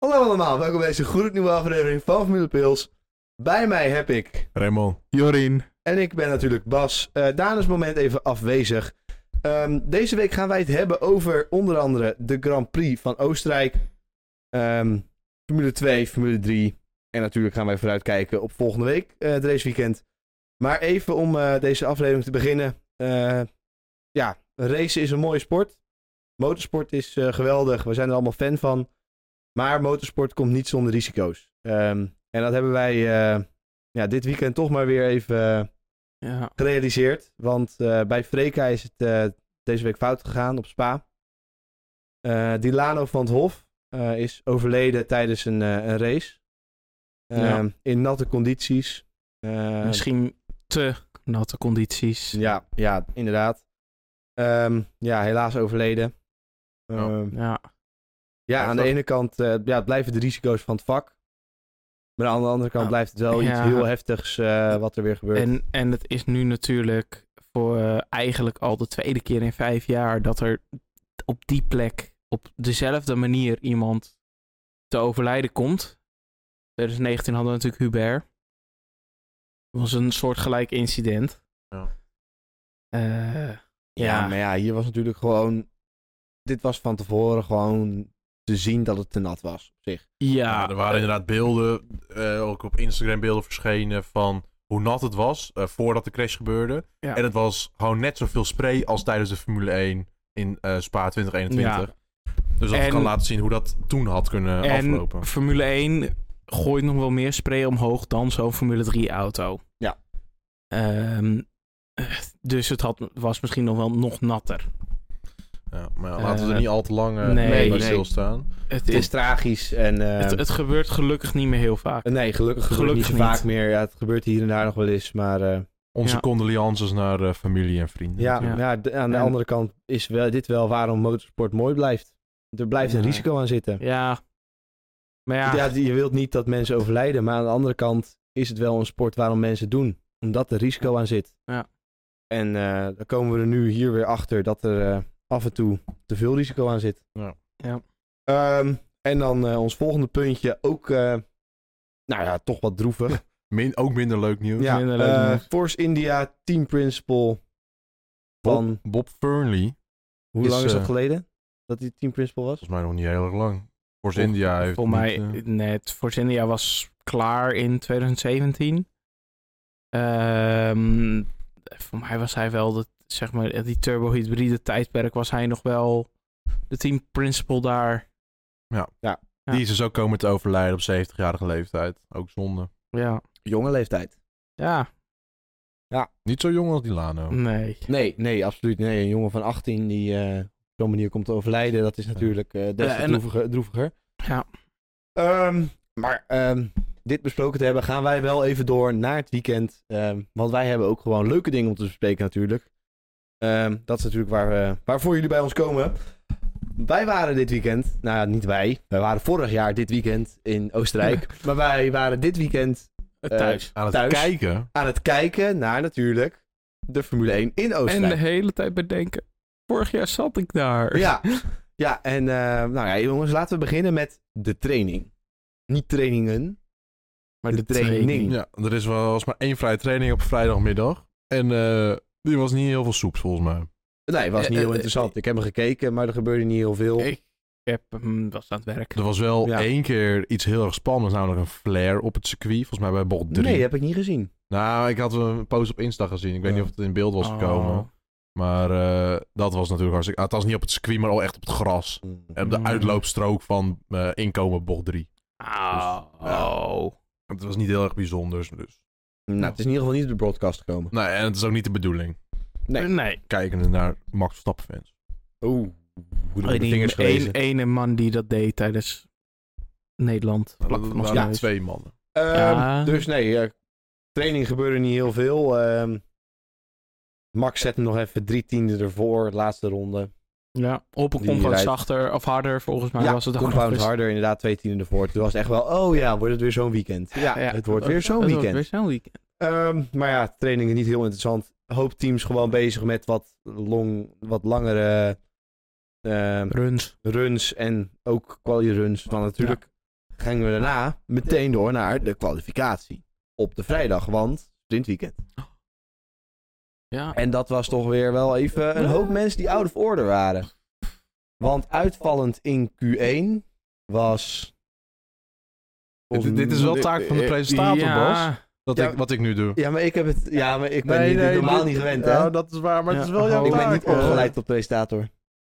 Hallo allemaal, welkom bij deze gloednieuwe aflevering van Formule Pils. Bij mij heb ik Raymond. Jorien. en ik ben natuurlijk Bas. Daan is moment even afwezig. Deze week gaan wij het hebben over onder andere de Grand Prix van Oostenrijk. Formule 2, Formule 3. En natuurlijk gaan wij vooruitkijken op volgende week, het raceweekend. Maar even om deze aflevering te beginnen. Racen is een mooie sport. Motorsport is geweldig, we zijn er allemaal fan van. Maar motorsport komt niet zonder risico's. En dat hebben wij dit weekend toch maar weer even gerealiseerd. Want bij Freka is het deze week fout gegaan op Spa. Dilano van 't Hof is overleden tijdens een race. In natte condities. Misschien te natte condities. Ja, inderdaad. Helaas overleden. Aan de ene kant het blijven de risico's van het vak. Maar aan de andere kant blijft het wel iets heel heftigs wat er weer gebeurt. En het is nu natuurlijk voor eigenlijk al de tweede keer in 5 jaar dat er op die plek op dezelfde manier iemand te overlijden komt. 2019 hadden we natuurlijk Hubert. Dat was een soortgelijk incident. Maar hier was natuurlijk gewoon... Dit was van tevoren gewoon te zien dat het te nat was op zich. Ja, er waren inderdaad beelden, ook op Instagram beelden verschenen van hoe nat het was voordat de crash gebeurde. Ja. En het was gewoon net zoveel spray als tijdens de Formule 1 in Spa 2021. Ja. Dus dat kan laten zien hoe dat toen had kunnen aflopen. En Formule 1 gooit nog wel meer spray omhoog dan zo'n Formule 3 auto. Ja. Dus het was misschien nog wel nog natter. Ja, maar laten we er niet al te lang bij stilstaan. Het is tragisch. En, het gebeurt gelukkig niet meer heel vaak. Nee, gelukkig gebeurt het niet zo vaak meer. Ja, het gebeurt hier en daar nog wel eens, maar... Onze condolences naar familie en vrienden. Aan de andere kant is dit wel waarom motorsport mooi blijft. Er blijft een risico aan zitten. Ja. Maar je wilt niet dat mensen overlijden, maar aan de andere kant is het wel een sport waarom mensen doen. Omdat er risico aan zit. Ja. En dan komen we er nu hier weer achter dat er... af en toe te veel risico aan zit. Ja. En dan ons volgende puntje ook, toch wat droevig. Ook minder leuk nieuws. Ja, Force India Team Principal van... Bob Fernley. Hoe lang is dat geleden dat hij Team Principal was? Volgens mij nog niet heel erg lang. Force India heeft volgens mij net. Force India was klaar in 2017. Voor mij was hij wel die turbo-hybride tijdperk was hij nog wel de team principal daar. Ja. Die is dus ook komen te overlijden op 70-jarige leeftijd. Ook zonde. Ja. Jonge leeftijd. Ja. Niet zo jong als Dilano. Nee, absoluut. Nee, een jongen van 18 die op zo'n manier komt te overlijden, dat is natuurlijk des te droeviger. Ja. Maar dit besproken te hebben, gaan wij wel even door naar het weekend. Want wij hebben ook gewoon leuke dingen om te bespreken natuurlijk. Dat is natuurlijk waarvoor jullie bij ons komen. Wij waren dit weekend, niet wij. Wij waren vorig jaar dit weekend in Oostenrijk. Maar wij waren dit weekend thuis. Aan het kijken naar natuurlijk de Formule 1 in Oostenrijk. En de hele tijd bedenken, vorig jaar zat ik daar. Ja, en jongens, laten we beginnen met de training. Niet trainingen, maar de training. Ja, er was maar 1 vrije training op vrijdagmiddag. En die was niet heel veel soeps volgens mij. Nee, het was niet heel interessant. Ik heb hem gekeken, maar er gebeurde niet heel veel. Ik was aan het werk. Er was wel 1 keer iets heel erg spannends, namelijk een flare op het circuit. Volgens mij bij bocht 3. Nee, heb ik niet gezien. Nou, ik had een post op Insta gezien. Ik weet niet of het in beeld was gekomen. Maar dat was natuurlijk hartstikke... Het was niet op het circuit, maar al echt op het gras. En op de uitloopstrook van inkomen bocht 3. Het was niet heel erg bijzonders. Dus. Het is in ieder geval niet op de broadcast gekomen. Nee, en het is ook niet de bedoeling. Nee. Kijkende naar Max Verstappen fans. Hoe de vingers gelezen. Ene man die dat deed tijdens Nederland. Ja, 2 mannen. Dus training gebeurde niet heel veel. Max zette nog even 3 tienden ervoor, laatste ronde. Ja, op een compound zachter of harder volgens mij was het. Compound harder, inderdaad 2 tienden ervoor. Toen was het echt wel, wordt het weer zo'n weekend. Ja, het wordt weer zo'n weekend. Maar trainingen niet heel interessant. Een hoop teams gewoon bezig met wat langere runs en ook quali runs. Dan natuurlijk gingen we daarna meteen door naar de kwalificatie. Op de vrijdag, want sprintweekend. Ja. En dat was toch weer wel even een hoop mensen die out of order waren. Want uitvallend in Q1 was... Dit is wel taak van de presentator, Bas. Wat ik nu doe. Ja, maar ik heb het... Ja, maar ik ben normaal niet gewend, hè? Ja, dat is waar, maar het is wel jouw Ik taak. ben niet opgeleid tot presentator.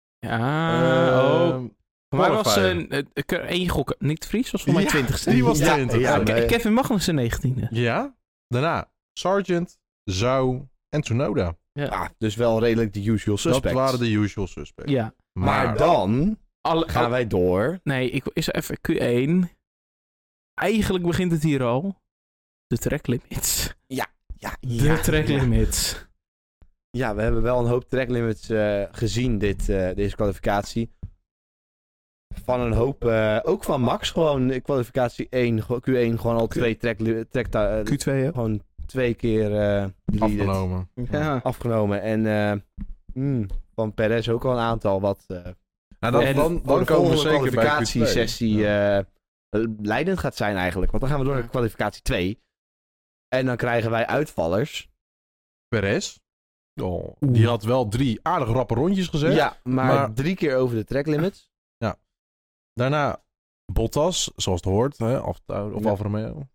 Voor mij was één gokken. Nick de Vries was voor mij 20ste. Die was 20ste. Kevin Magnussen 19e. Ja. Daarna Sargent, Zhou en Tsunoda. Ja, dus wel redelijk de usual suspects. Dat waren de usual suspects. Ja. Maar dan gaan wij door. Nee, ik is even Q1. Eigenlijk begint het hier al. De track limits. Ja. De track limits. Ja, we hebben wel een hoop track limits gezien deze kwalificatie. Van een hoop, ook van Max gewoon kwalificatie 1, Q1 gewoon al 2 Q2 hè? gewoon 2 keer afgenomen. Afgenomen. En van Perez ook al een aantal wat dan komen we zeker bij kwalificatiesessie leidend gaat zijn eigenlijk. Want dan gaan we door naar kwalificatie 2. En dan krijgen wij uitvallers. Perez. Die had wel 3 aardig rappe rondjes gezet. Ja, maar 3 keer over de track limits. Ja. Daarna Bottas, zoals het hoort. Hè? Alfa Romeo.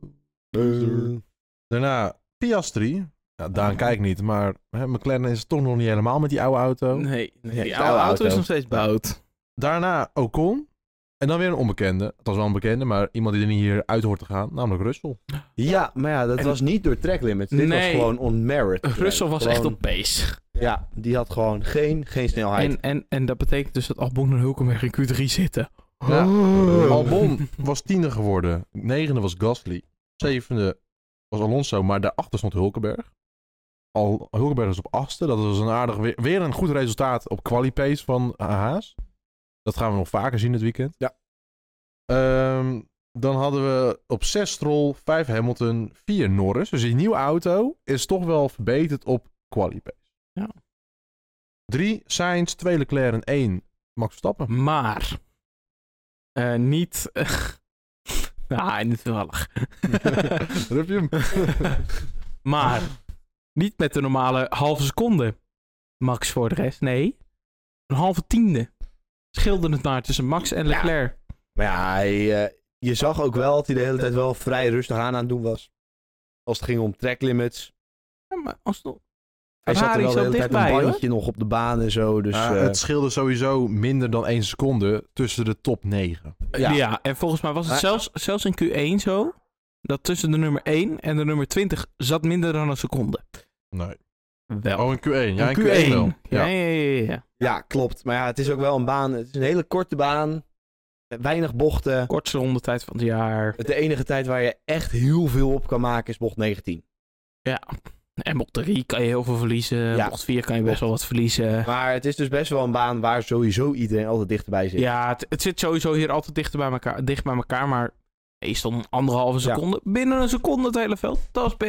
Daarna Piastri. Ja, Daan kijkt niet, maar McLaren is toch nog niet helemaal met die oude auto. Nee, die oude auto is nog steeds bout. Daarna Ocon. En dan weer een onbekende. Het was wel een bekende, maar iemand die er niet hier uit hoort te gaan. Namelijk Russell. Ja, maar ja, dat was niet door track limits. Dit was gewoon on merit. Russell was echt op pace. Ja, die had gewoon geen snelheid. En dat betekent dus dat Albon en Hulkenberg in Q3 zitten. Ja. Albon was 10e geworden. 9e was Gasly. 7e was Alonso, maar daarachter stond Hulkenberg. Hulkenberg is op 8e. Dat was een aardig... Weer een goed resultaat op quali-pace van Haas. Dat gaan we nog vaker zien dit weekend. Ja. Dan hadden we op 6 Stroll, 5 Hamilton, 4 Norris. Dus die nieuwe auto is toch wel verbeterd op quali-pace. Ja. 3 Sainz, 2 Leclerc en 1 Max Verstappen. Maar niet... niet toevallig. Daar heb je hem. Maar niet met de normale halve seconde Max voor de rest. Nee, een halve tiende scheelde het maar tussen Max en Leclerc. Maar ja, je zag ook wel dat hij de hele tijd wel vrij rustig aan het doen was. Als het ging om track limits. Ja, maar alsnog... Hij zat er wel de hele tijd een bandje nog op de baan en zo. Dus, het scheelde sowieso minder dan 1 seconde tussen de top 9. Ja, en volgens mij was het zelfs in Q1 zo... dat tussen de nummer 1 en de nummer 20 zat minder dan een seconde. Nee. Wel. Oh, in Q1. Ja, in Q1 wel. Ja. Ja, klopt. Maar ja, het is ook wel een baan. Het is een hele korte baan. Weinig bochten. Kortste rondetijd van het jaar. De enige tijd waar je echt heel veel op kan maken is bocht 19. Ja. En bocht 3 kan je heel veel verliezen. Ja. Bocht 4 kan je best wel wat verliezen. Maar het is dus best wel een baan waar sowieso iedereen altijd dichterbij zit. Ja, het zit sowieso hier altijd dicht bij elkaar. Maar meestal een 1,5 seconde. Ja. Binnen een seconde het hele veld. Dat is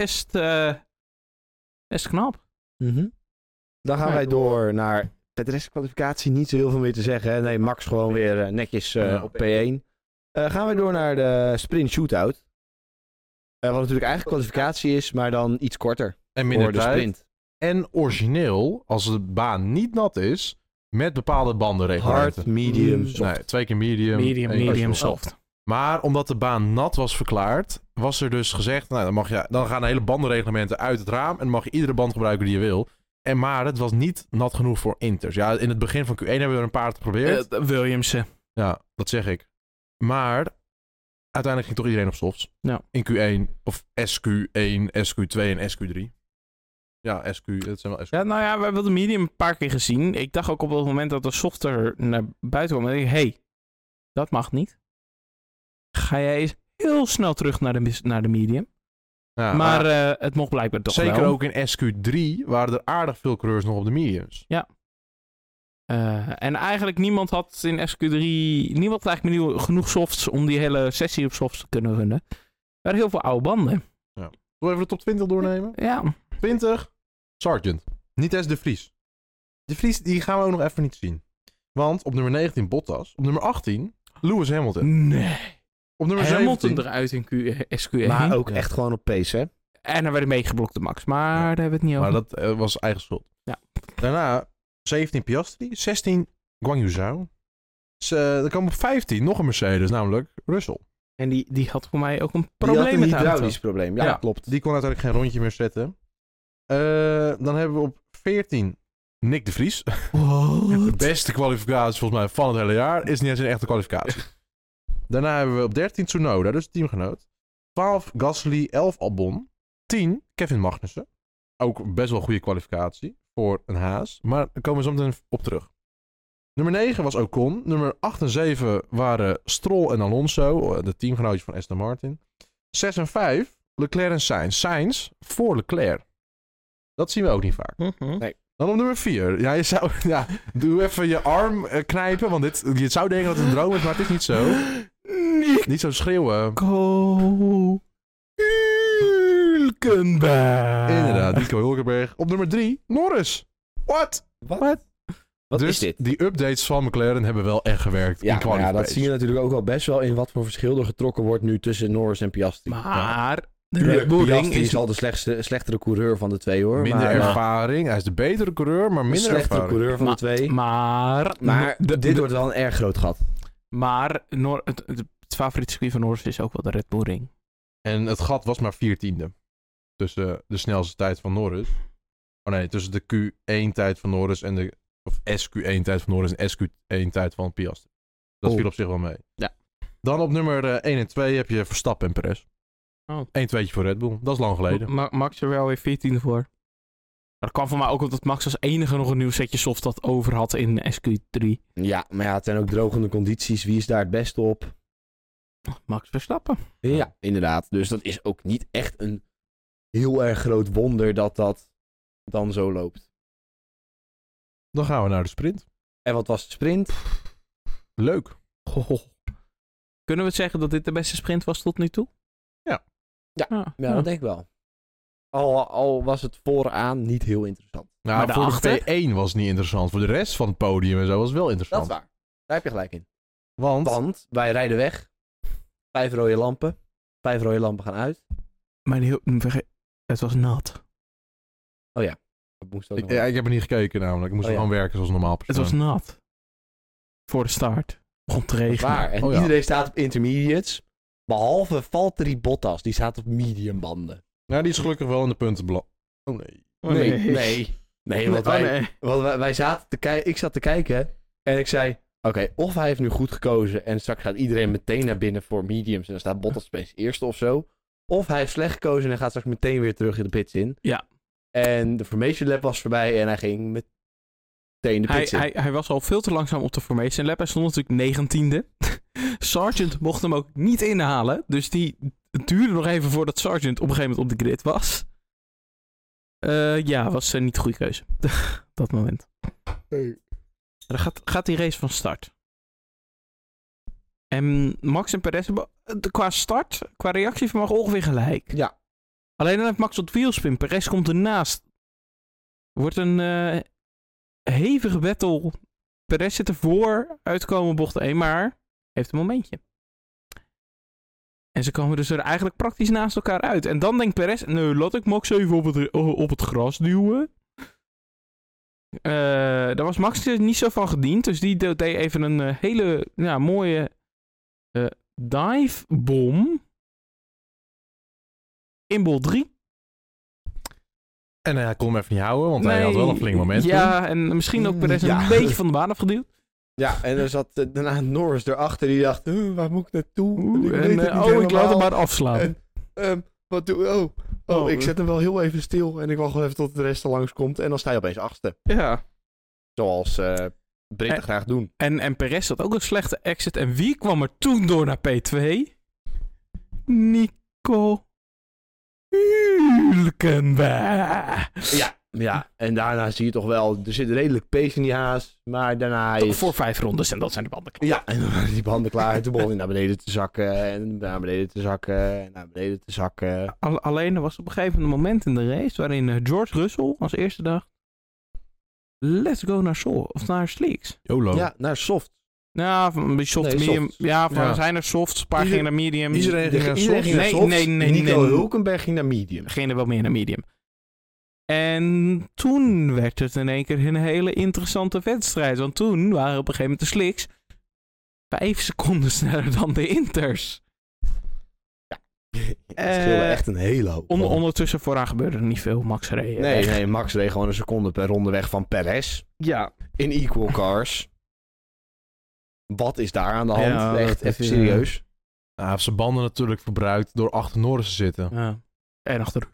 best knap. Dan gaan wij door naar de rest kwalificatie. Niet zo heel veel meer te zeggen. Hè? Nee, Max gewoon weer netjes op P1. Gaan wij door naar de sprint shootout. Wat natuurlijk eigenlijk kwalificatie is, maar dan iets korter. En minder voor de sprint. En origineel, als de baan niet nat is, met bepaalde bandenreglementen. Hard, medium, soft. Nee, 2 keer medium. Soft. Maar omdat de baan nat was verklaard, was er dus gezegd, nou, dan gaan de hele bandenreglementen uit het raam en dan mag je iedere band gebruiken die je wil. Maar het was niet nat genoeg voor Inters. Ja, in het begin van Q1 hebben we er een paar geprobeerd. Williamsen. Ja, dat zeg ik. Maar uiteindelijk ging toch iedereen op softs. Ja. In Q1 of SQ1, SQ2 en SQ3. Ja, SQ, dat zijn wel SQ. Ja, nou ja, we hebben de medium een paar keer gezien. Ik dacht ook op het moment dat de softer naar buiten kwam. En ik dacht, dat mag niet. Ga jij eens heel snel terug naar de medium. Ja, maar het mocht blijkbaar toch zeker wel. Ook in SQ3 waren er aardig veel coureurs nog op de mediums. Ja. En eigenlijk niemand had in SQ3... Niemand had eigenlijk genoeg softs om die hele sessie op softs te kunnen runnen. Er waren heel veel oude banden. Ja. Zullen we even de top 20 doornemen? Ja. 20, Sargent. Niet eens De Vries. De Vries die gaan we ook nog even niet zien. Want op nummer 19 Bottas. Op nummer 18 Lewis Hamilton. Nee. Op nummer Hamilton 17. eruit in SQ1. Maar ook echt gewoon op pace, hè? En dan werd hij meegeblokt de Max. Maar daar hebben we het niet over. Maar dat was eigen schuld. Ja. Daarna 17 Piastri, 16 Guan Yu Zhou. Dan kwam op 15 nog een Mercedes, namelijk Russell. En die had voor mij ook een Die probleem had een met de auto. hydraulisch probleem. Ja, klopt. Die kon uiteindelijk geen rondje meer zetten. Dan hebben we op 14 Nick de Vries. De beste kwalificatie volgens mij van het hele jaar. Is niet eens een echte kwalificatie. Daarna hebben we op 13 Tsunoda, dus teamgenoot. 12 Gasly, 11 Albon. 10 Kevin Magnussen. Ook best wel een goede kwalificatie voor een Haas. Maar daar komen we zo meteen op terug. Nummer 9 was Ocon. Nummer 8 en 7 waren Stroll en Alonso, de teamgenootjes van Aston Martin. 6 en 5 Leclerc en Sainz. Sainz voor Leclerc. Dat zien we ook niet vaak. Nee. Dan op nummer 4. Ja, je zou... Ja, doe even je arm knijpen, want je zou denken dat het een droom is, maar het is niet zo. Niet zo schreeuwen. Nico Hülkenberg. Inderdaad, Nico Hülkenberg. Op nummer 3, Norris. What? Wat dus is dit? die updates van McLaren hebben wel echt gewerkt in Ja, kwalificatie. dat zie je natuurlijk ook wel best wel in wat voor verschil er getrokken wordt nu tussen Norris en Piastri. Maar de Tuurlijk, Red Bull Ring Piastri is is al de slechtere coureur van de twee, hoor. Minder maar, ervaring. Hij is de betere coureur, maar de minder slechtere ervaring. coureur van de twee. Maar Dit wordt wel een erg groot gat. Maar het favoriete circuit van Norris is ook wel de Red Bull Ring. En het gat was maar 14e. Tussen de snelste tijd van Norris. Oh nee, tussen de Q1-tijd van Norris en de... Of SQ1-tijd van Norris en SQ1-tijd van Piastri. Dat viel op zich wel mee. Ja. Dan op nummer 1 en 2 heb je Verstappen en Perez. Oh. 1-2'tje voor Red Bull. Dat is lang geleden. Max er wel weer 14e voor. Dat kwam voor mij ook omdat Max als enige nog een nieuw setje soft had over had in SQ3. Ja, maar ja, het zijn ook drogende condities. Wie is daar het beste op? Max Verstappen. Ja, inderdaad. Dus dat is ook niet echt een heel erg groot wonder dat dat dan zo loopt. Dan gaan we naar de sprint. En wat was de sprint? Leuk. Kunnen we zeggen dat dit de beste sprint was tot nu toe? Ja. Ja, dat denk ik wel. Al was het vooraan niet heel interessant. Nou, Maar voor daarachter? de P1 was het niet interessant. Voor de rest van het podium en zo was het wel Dat interessant. is waar. Daar heb je gelijk in. Want... wij rijden weg. 5 rode lampen. 5 rode lampen gaan uit. Het was nat. Dat moest ook nog wel. ik heb er niet gekeken namelijk. Ik moest gewoon werken zoals normaal Het was nat. Voor de start. Begon te Dat is regenen. waar. En Oh ja. iedereen staat op intermediates. Behalve Valtteri Bottas. Die staat op medium banden. Ja, die is gelukkig wel in de puntenblad. Oh nee. Nee, want wij zaten te kijken. Ik zat te kijken. En ik zei... Oké, of hij heeft nu goed gekozen. En straks gaat iedereen meteen naar binnen voor mediums. En dan staat Bottas opeens eerste of zo. Of hij heeft slecht gekozen en gaat straks meteen weer terug in de pits in. Ja. En de formation lap was voorbij. En hij ging meteen de pits in. Hij was al veel te langzaam op de formation lap. Hij stond natuurlijk 19e. Sargent mocht hem ook niet inhalen. Dus het duurde nog even voordat Sargent op een gegeven moment op de grid was. Was niet de goede keuze. Dat moment. Dan gaat die race van start. En Max en Perez hebben qua start, qua reactievermogen ongeveer gelijk. Ja. Alleen dan heeft Max wat wielspin. Perez komt ernaast. Wordt een hevige battle. Perez zit ervoor, uitkomen bocht 1, maar heeft een momentje. En ze komen dus er eigenlijk praktisch naast elkaar uit. En dan denkt Perez, nee, laat ik Max even op het gras duwen. Daar was Max niet zo van gediend. Dus die deed even een hele mooie divebom in bocht 3. En hij kon hem even niet houden, want hij had wel een flink moment. Ja, en misschien ook Perez een beetje van de baan afgeduwd. Ja, en er zat daarna Norris erachter. Die dacht, waar moet ik naartoe? Ik laat hem maar afslaan. Wat doe ik zet hem wel heel even stil. En ik wacht gewoon even tot de rest er langskomt. En dan sta je opeens achtste. Ja. Zoals Britten graag doen. En Perez had ook een slechte exit. En wie kwam er toen door naar P2? Nico Hülkenberg. Ja, en daarna zie je toch wel, er zit redelijk pace in die haas. Maar daarna is... Voor 5 rondes en dat zijn de banden klaar. Ja, en dan waren die banden klaar. En toen begon hij naar beneden te zakken. En naar beneden te zakken. En naar beneden te zakken. Alleen er was op een gegeven moment in de race waarin George Russell als eerste dacht: let's go naar naar Slicks. YOLO. Ja, naar soft. Nou, een beetje soft, medium. soft. Ja, zijn er softs, een paar gingen naar medium. Iedereen ging naar soft. Nee. Nico Hulkenberg ging naar medium. Ging er wel meer naar medium. En toen werd het in één keer een hele interessante wedstrijd. Want toen waren op een gegeven moment de slicks 5 seconden sneller dan de Inters. Het scheelde echt een hele hoop. Ondertussen vooraan gebeurde er niet veel. Max reed. Nee, Max reed gewoon een seconde per ronde weg van Perez. Ja. In equal cars. Wat is daar aan de hand? Ja, echt even serieus. Hij heeft zijn banden natuurlijk verbruikt door achter Norris te zitten. Ja. En achter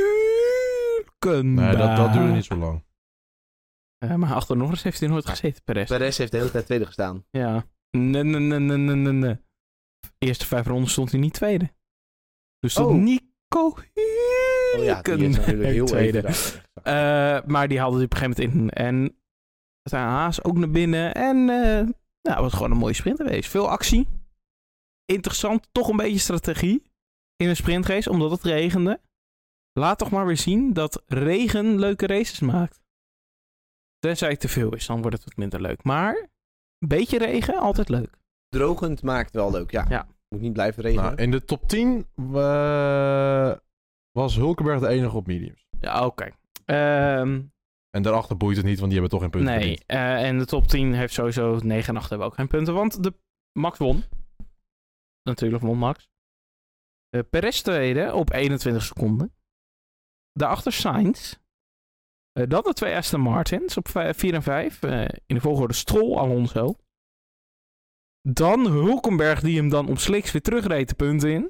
Nee, dat duurde niet zo lang. maar achter Norris heeft hij nooit gezeten, Perez. Perez heeft de hele tijd tweede gestaan. Ja. Nee. Eerste 5 ronden stond hij niet tweede. Dus stond Nico Hulkenberg die is natuurlijk heel tweede. even. Maar die haalde hij op een gegeven moment in. En zijn Haas ook naar binnen. En het was gewoon een mooie sprint geweest. Veel actie. Interessant. Toch een beetje strategie in een sprintrace. Omdat het regende. Laat toch maar weer zien dat regen leuke races maakt. Tenzij het te veel is. Dan wordt het wat minder leuk. Maar een beetje regen, altijd leuk. Drogend maakt wel leuk, ja. Moet niet blijven regenen. Nou, in de top 10 was Hulkenberg de enige op mediums. Ja, oké. En daarachter boeit het niet, want die hebben toch geen punten verdiend. En de top 10 heeft sowieso 9 en 8 hebben ook geen punten. Want Max won. Natuurlijk won Max. Perez tweede op 21 seconden. Daarachter Sainz. Dan de 2 Aston Martins op 4 en 5. In de volgorde Stroll, Alonso. Dan Hulkenberg die hem dan op slicks weer terugreed de punten in.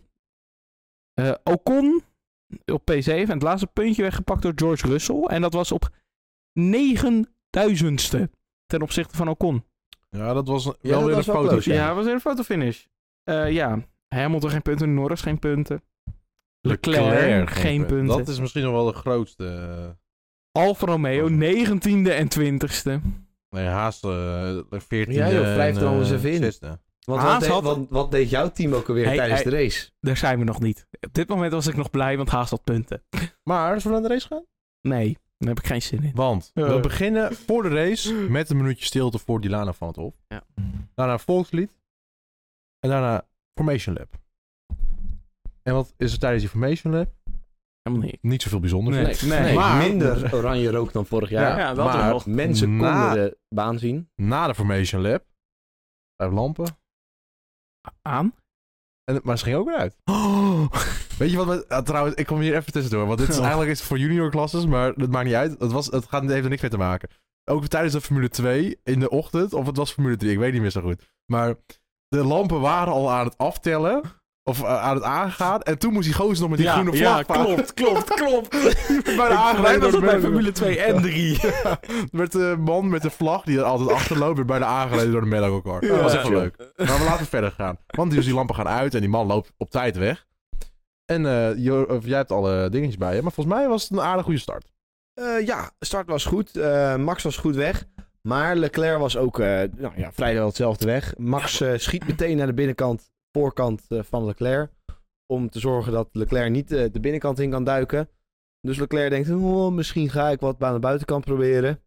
Ocon op P7. En het laatste puntje weggepakt door George Russell. En dat was op 9000ste ten opzichte van Ocon. Ja, dat was wel weer een foto. Close, ja, dat was weer een fotofinish. Hamilton geen punten, Norris geen punten. Leclerc geen punten. Dat is misschien nog wel de grootste. Alfa Romeo 19e en 20ste. Nee, Haas 14e. Ja, joh, wrijft er anders even in. 6e. Wat deed jouw team ook alweer tijdens de race? Daar zijn we nog niet. Op dit moment was ik nog blij, want Haas had punten. Maar, zullen we naar de race gaan? Nee, daar heb ik geen zin in. Want we beginnen voor de race met een minuutje stilte voor Dilana van het Hof. Ja. Daarna volkslied. En daarna Formation Lab. En wat is er tijdens die Formation Lab? Helemaal niet. Niet zoveel bijzonders. Nee, maar minder oranje rook dan vorig jaar. Ja, dat maar nog. Mensen konden de baan zien. Na de Formation Lab. 5 lampen. Aan. Maar ze gingen ook weer uit. Weet je wat? Trouwens, ik kom hier even tussendoor. Want dit is eigenlijk is het voor junior klasses, maar dat maakt niet uit. Het heeft er niks mee te maken. Ook tijdens de Formule 2 in de ochtend, of het was Formule 3, ik weet niet meer zo goed. Maar de lampen waren al aan het aftellen. Of aan het aangaan. En toen moest die gozer nog met die groene vlag varen. Klopt. Bijna aangereden dat was door bij de Formule 2 en 3. Met de man met de vlag die er altijd achterloopt. Werd bijna aangereden door de medical car. Dat was echt wel leuk. Maar we laten verder gaan. Want dus die lampen gaan uit en die man loopt op tijd weg. En jij hebt alle dingetjes bij je. Maar volgens mij was het een aardig goede start. Start was goed. Max was goed weg. Maar Leclerc was ook vrijwel hetzelfde weg. Max schiet meteen naar de voorkant van Leclerc. Om te zorgen dat Leclerc niet de binnenkant in kan duiken. Dus Leclerc denkt, misschien ga ik wat aan de buitenkant proberen.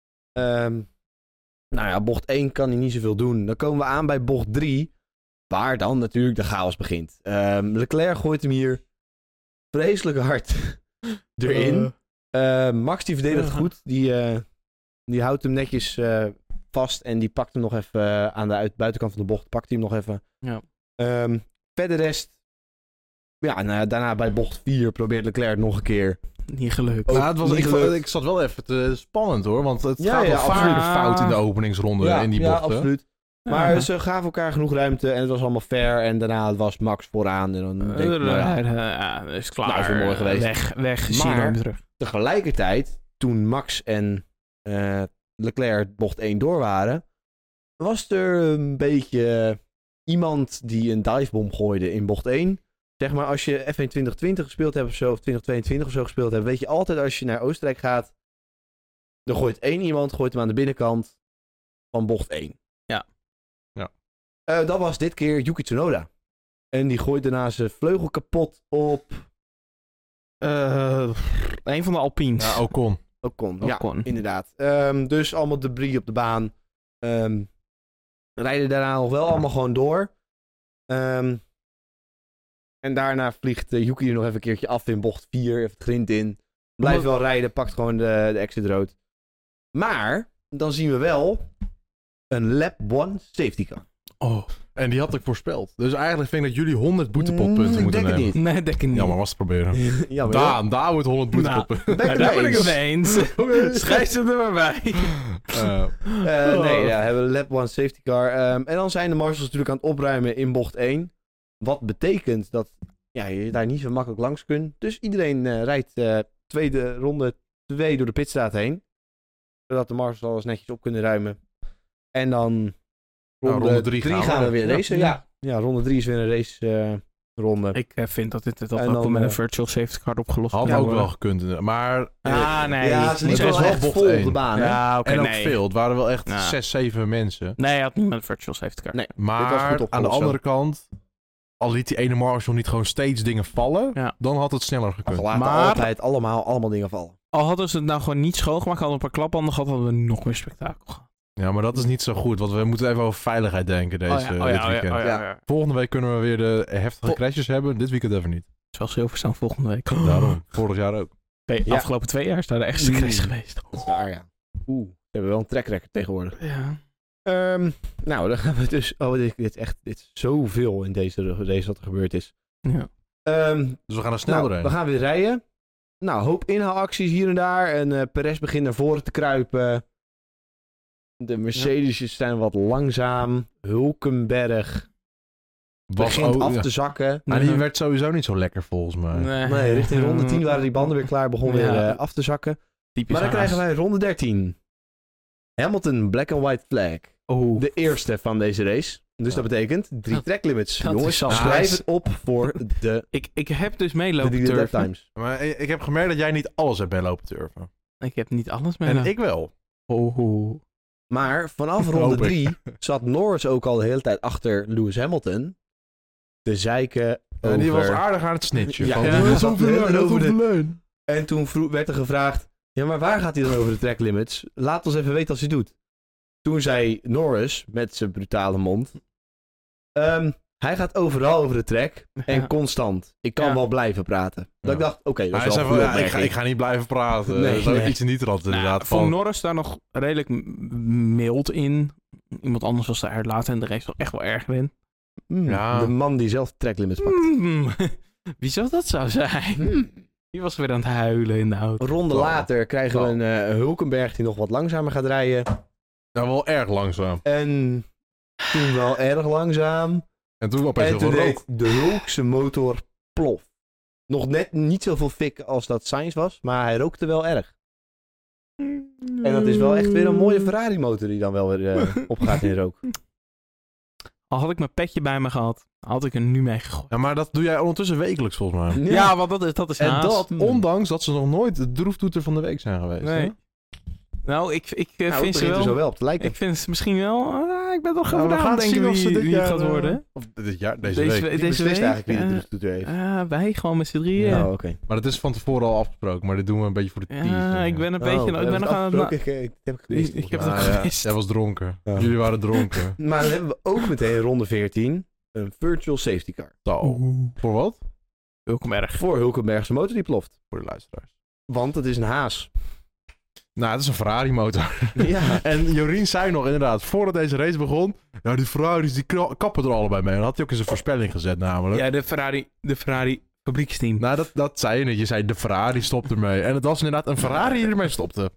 Bocht 1 kan hij niet zoveel doen. Dan komen we aan bij bocht 3. Waar dan natuurlijk de chaos begint. Leclerc gooit hem hier vreselijk hard erin. Max die verdedigt goed. Die houdt hem netjes vast. En die pakt hem nog even aan de buitenkant van de bocht. Pakt hij hem nog even. Ja. Verder rest. Ja, daarna bij bocht 4 probeert Leclerc het nog een keer. Niet gelukt. Ik zat wel even te spannend hoor. Want het gaat wel vaak fout in de openingsronde in die bochten. Ja, absoluut. Maar ze gaven elkaar genoeg ruimte en het was allemaal fair. En daarna was Max vooraan. En dan denk ik, is klaar. Nou, is wel mooi geweest. Weg. Maar terug. Tegelijkertijd, toen Max en Leclerc bocht 1 door waren, was er een beetje iemand die een divebom gooide in bocht 1. Zeg maar, als je F1 2020 gespeeld hebt of zo, of 2022 of zo gespeeld hebt, weet je altijd als je naar Oostenrijk gaat, dan gooit iemand hem aan de binnenkant van bocht 1. Ja. Dat was dit keer Yuki Tsunoda. En die gooit daarna zijn vleugel kapot op een van de Alpines. Ja, Ocon. Ja, inderdaad. Dus allemaal debris op de baan. rijden daarna nog wel allemaal gewoon door. En daarna vliegt Yuki er nog even een keertje af in bocht 4, even het grind in. Blijft wel rijden, pakt gewoon de exit road. Maar, dan zien we wel een lap 1 safety car. Oh, en die had ik voorspeld. Dus eigenlijk vind ik dat jullie 100 boetepotpunten moeten nemen. Niet. Nee, denk ik niet. Ja, maar was te proberen. Jammer. Daar wordt 100 boetepotpunten. Daar ben ik het mee eens. Schrijf ze er maar bij. Nee, hebben we lap 1 safety car. En dan zijn de marshals natuurlijk aan het opruimen in bocht 1. Wat betekent dat je daar niet zo makkelijk langs kunt. Dus iedereen rijdt ronde 2 door de pitstraat heen. Zodat de marshals alles netjes op kunnen ruimen. En dan ronde 3 gaan we weer racen. Ja, ronde 3 is weer een race ronde. Ik vind dat dit ook met een virtual safety car opgelost had ook wel gekund. Maar... nee. Ja, ze liepen wel echt vol op de baan. Ja, en ook veel. Het waren wel echt 6, 7 mensen. Nee, hij had niet met een virtual safety car. Nee, maar aan de andere kant... Al liet die ene marshal niet gewoon steeds dingen vallen, dan had het sneller gekund. Ze laten altijd allemaal dingen vallen. Al hadden ze het nou gewoon niet schoongemaakt, hadden een paar klapbanden gehad, hadden we nog meer spektakel gehad. Ja, maar dat is niet zo goed, want we moeten even over veiligheid denken dit weekend. Ja. Volgende week kunnen we weer de heftige crashes hebben, dit weekend even niet. Zoals Silverstone volgende week. Daarom, vorig jaar ook. De afgelopen 2 jaar is daar de echtste crash geweest. Dat is waar, ja. We hebben wel een track record tegenwoordig. Ja. Nou, dan gaan we dus... dit is zoveel in deze race wat er gebeurd is. Ja. Dus we gaan er snel doorheen. We gaan weer rijden. Nou, hoop inhaalacties hier en daar. En Perez begint naar voren te kruipen. De Mercedesjes zijn wat langzaam. Hulkenberg begint af te zakken. Maar die werd sowieso niet zo lekker volgens mij. Nee, richting ronde 10 waren die banden weer klaar. Begon weer af te zakken. Typisch maar dan krijgen wij ronde 13. Hamilton Black and White Flag. De eerste van deze race. Dus dat betekent 3 track limits. Jongens, schrijf het op voor de... Ik heb dus meelopen turven. Maar ik heb gemerkt dat jij niet alles hebt meelopen turven. Ik heb niet alles meelopen. En ik wel. Maar vanaf ronde 3 zat Norris ook al de hele tijd achter Lewis Hamilton. De zeiken over... En die was aardig aan het snitchen. Over de leun. En toen werd er gevraagd... Ja, maar waar gaat hij dan over de track limits? Laat ons even weten als hij doet. Toen zei Norris, met zijn brutale mond... hij gaat overal over de track en constant. Ik kan wel blijven praten. Dat ik dacht, oké, dat is wel een goede ik ga niet blijven praten. Nee, dat is ook iets niet rad inderdaad. Vond Norris daar nog redelijk mild in. Iemand anders was daar later in de race echt wel erger in. De man die zelf track limits pakt. Wie zou dat zou zijn? Die was weer aan het huilen in de auto. Een ronde later krijgen we een Hulkenberg die nog wat langzamer gaat rijden. Ja, wel erg langzaam. En toen wel erg langzaam. En toen opeens deed de Hulkse motor plof. Nog net niet zoveel fik als dat Sainz was, maar hij rookte wel erg. En dat is wel echt weer een mooie Ferrari motor die dan wel weer opgaat in rook. Al had ik mijn petje bij me gehad, had ik er nu mee gegooid. Ja, maar dat doe jij ondertussen wekelijks volgens mij. Ja, want dat is en haast. Dat ondanks dat ze nog nooit de droeftoeter van de week zijn geweest. Nee. Hè? Nou, ik vind ze wel... er zo wel op te lijken. Ik vind ze misschien wel... ik ben toch we gaan denken zien of ze wie het gaat worden. Of dit jaar, deze week. Deze week eigenlijk wie de droeftoeter heeft. Wij gewoon met z'n drieën. Ja, oké. Maar dat is van tevoren al afgesproken, maar dit doen we een beetje voor de teaser. Ja, ik ben een beetje... ik ben nog aan het... Ik heb het ook gemist. Jij was dronken. Ja. Jullie waren dronken. Maar dan hebben we ook meteen ronde 14 een virtual safety car. Voor wat? Hulkenberg. Voor Hulkenbergse motor die ploft. Voor de luisteraars. Want het is een Haas. Nou, het is een Ferrari motor. Ja. En Jorien zei nog inderdaad, voordat deze race begon... Nou, die Ferraris die kappen er allebei mee. En dat had hij ook in zijn voorspelling gezet namelijk. Ja, de Ferrari fabrieksteam. Nou, dat zei je niet. Je zei de Ferrari stopt ermee. En het was inderdaad een Ferrari die ermee stopte.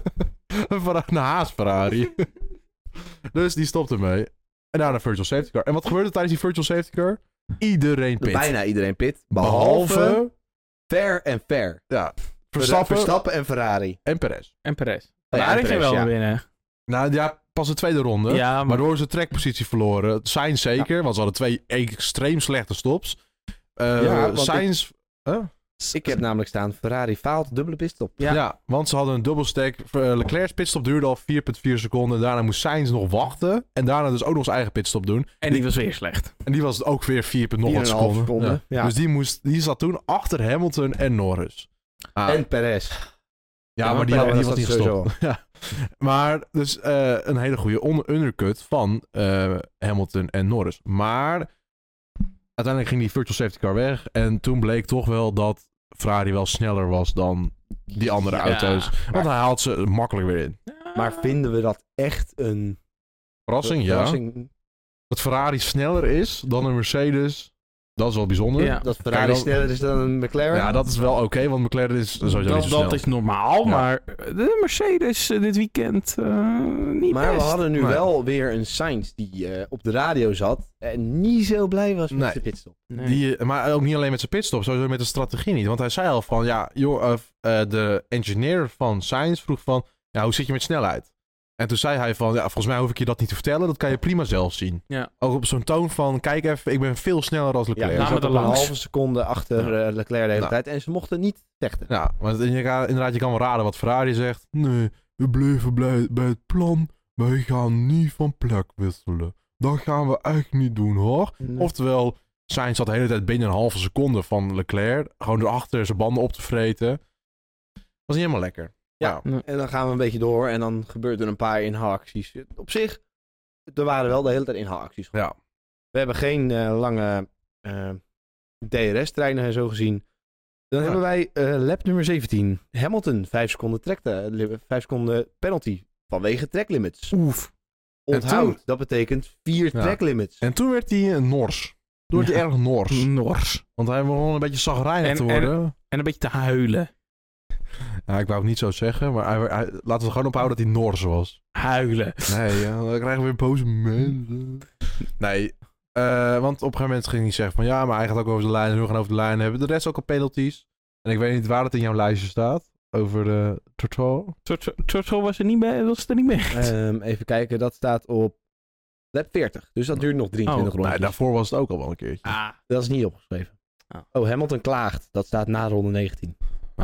een Haas Ferrari. Dus die stopte ermee. En daarna een virtual safety car. En wat gebeurde tijdens die virtual safety car? Iedereen pit. Bijna iedereen pit. Behalve Ver. Ja. Verstappen en Ferrari. En Perez. Ferrari ging wel winnen. Nou ja, pas de tweede ronde. Ja, maar door zijn trackpositie verloren. Sainz zeker, want ze hadden 2 extreem slechte stops. Sainz... Ik heb namelijk staan, Ferrari faalt, dubbele pitstop. Ja, want ze hadden een dubbelstack. Leclerc's pitstop duurde al 4,4 seconden. Daarna moest Sainz nog wachten. En daarna dus ook nog zijn eigen pitstop doen. En die was weer slecht. En die was ook weer 4, nog wat seconden. Ja. Dus die zat toen achter Hamilton en Norris. En Perez. Ja, maar die was niet gestopt. Ja. Maar dus een hele goede undercut van Hamilton en Norris. Maar uiteindelijk ging die virtual safety car weg. En toen bleek toch wel dat Ferrari wel sneller was dan die andere auto's. Want hij haalt ze makkelijk weer in. Maar vinden we dat echt een verrassing? Ja. Dat Ferrari sneller is dan een Mercedes... Dat is wel bijzonder. Ja, dat Ferrari sneller is dan een McLaren. Ja, dat is wel oké, want McLaren is sowieso niet zo snel. Dat is normaal, maar de Mercedes dit weekend niet maar best. We hadden nu wel weer een Sainz die op de radio zat en niet zo blij was met zijn pitstop. Nee. Maar ook niet alleen met zijn pitstop, sowieso met de strategie niet. Want hij zei al van, de engineer van Sainz vroeg van, hoe zit je met snelheid? En toen zei hij van, volgens mij hoef ik je dat niet te vertellen. Dat kan je prima zelf zien. Ja. Ook op zo'n toon van, kijk even, ik ben veel sneller als Leclerc. Ja, met een halve seconde achter Leclerc de hele tijd. En ze mochten niet vechten. Ja, maar inderdaad, je kan wel raden wat Ferrari zegt. Nee, we bleven bij het plan. Wij gaan niet van plek wisselen. Dat gaan we echt niet doen, hoor. Nee. Oftewel, Sainz zat de hele tijd binnen een halve seconde van Leclerc. Gewoon erachter zijn banden op te vreten. Dat was niet helemaal lekker. Ja, en dan gaan we een beetje door en dan gebeurt er een paar inhaalacties. Op zich, er waren wel de hele tijd inhaalacties. Ja. We hebben geen lange DRS-treinen en zo gezien. Dan hebben wij lap nummer 17. Hamilton, 5 seconden penalty vanwege tracklimits. Oef. Onthoud, dat betekent 4 tracklimits. En toen werd hij nors. Toen werd hij erg nors. Want hij begon een beetje chagrijnig te worden. En een beetje te huilen. Ja, ik wou het niet zo zeggen, maar laten we er gewoon ophouden dat hij nors was. Huilen. Nee, dan krijgen we weer boze mensen. Nee, want op een gegeven moment ging hij zeggen van maar hij gaat ook over de lijn en we gaan over de lijn hebben. De rest ook al penalties. En ik weet niet waar het in jouw lijstje staat. Over de Turtle was er niet bij. Even kijken, dat staat op lap 40. Dus dat duurt nog 23 rondjes. Nee, daarvoor was het ook al wel een keertje. Dat is niet opgeschreven. Hamilton klaagt. Dat staat na ronde 19.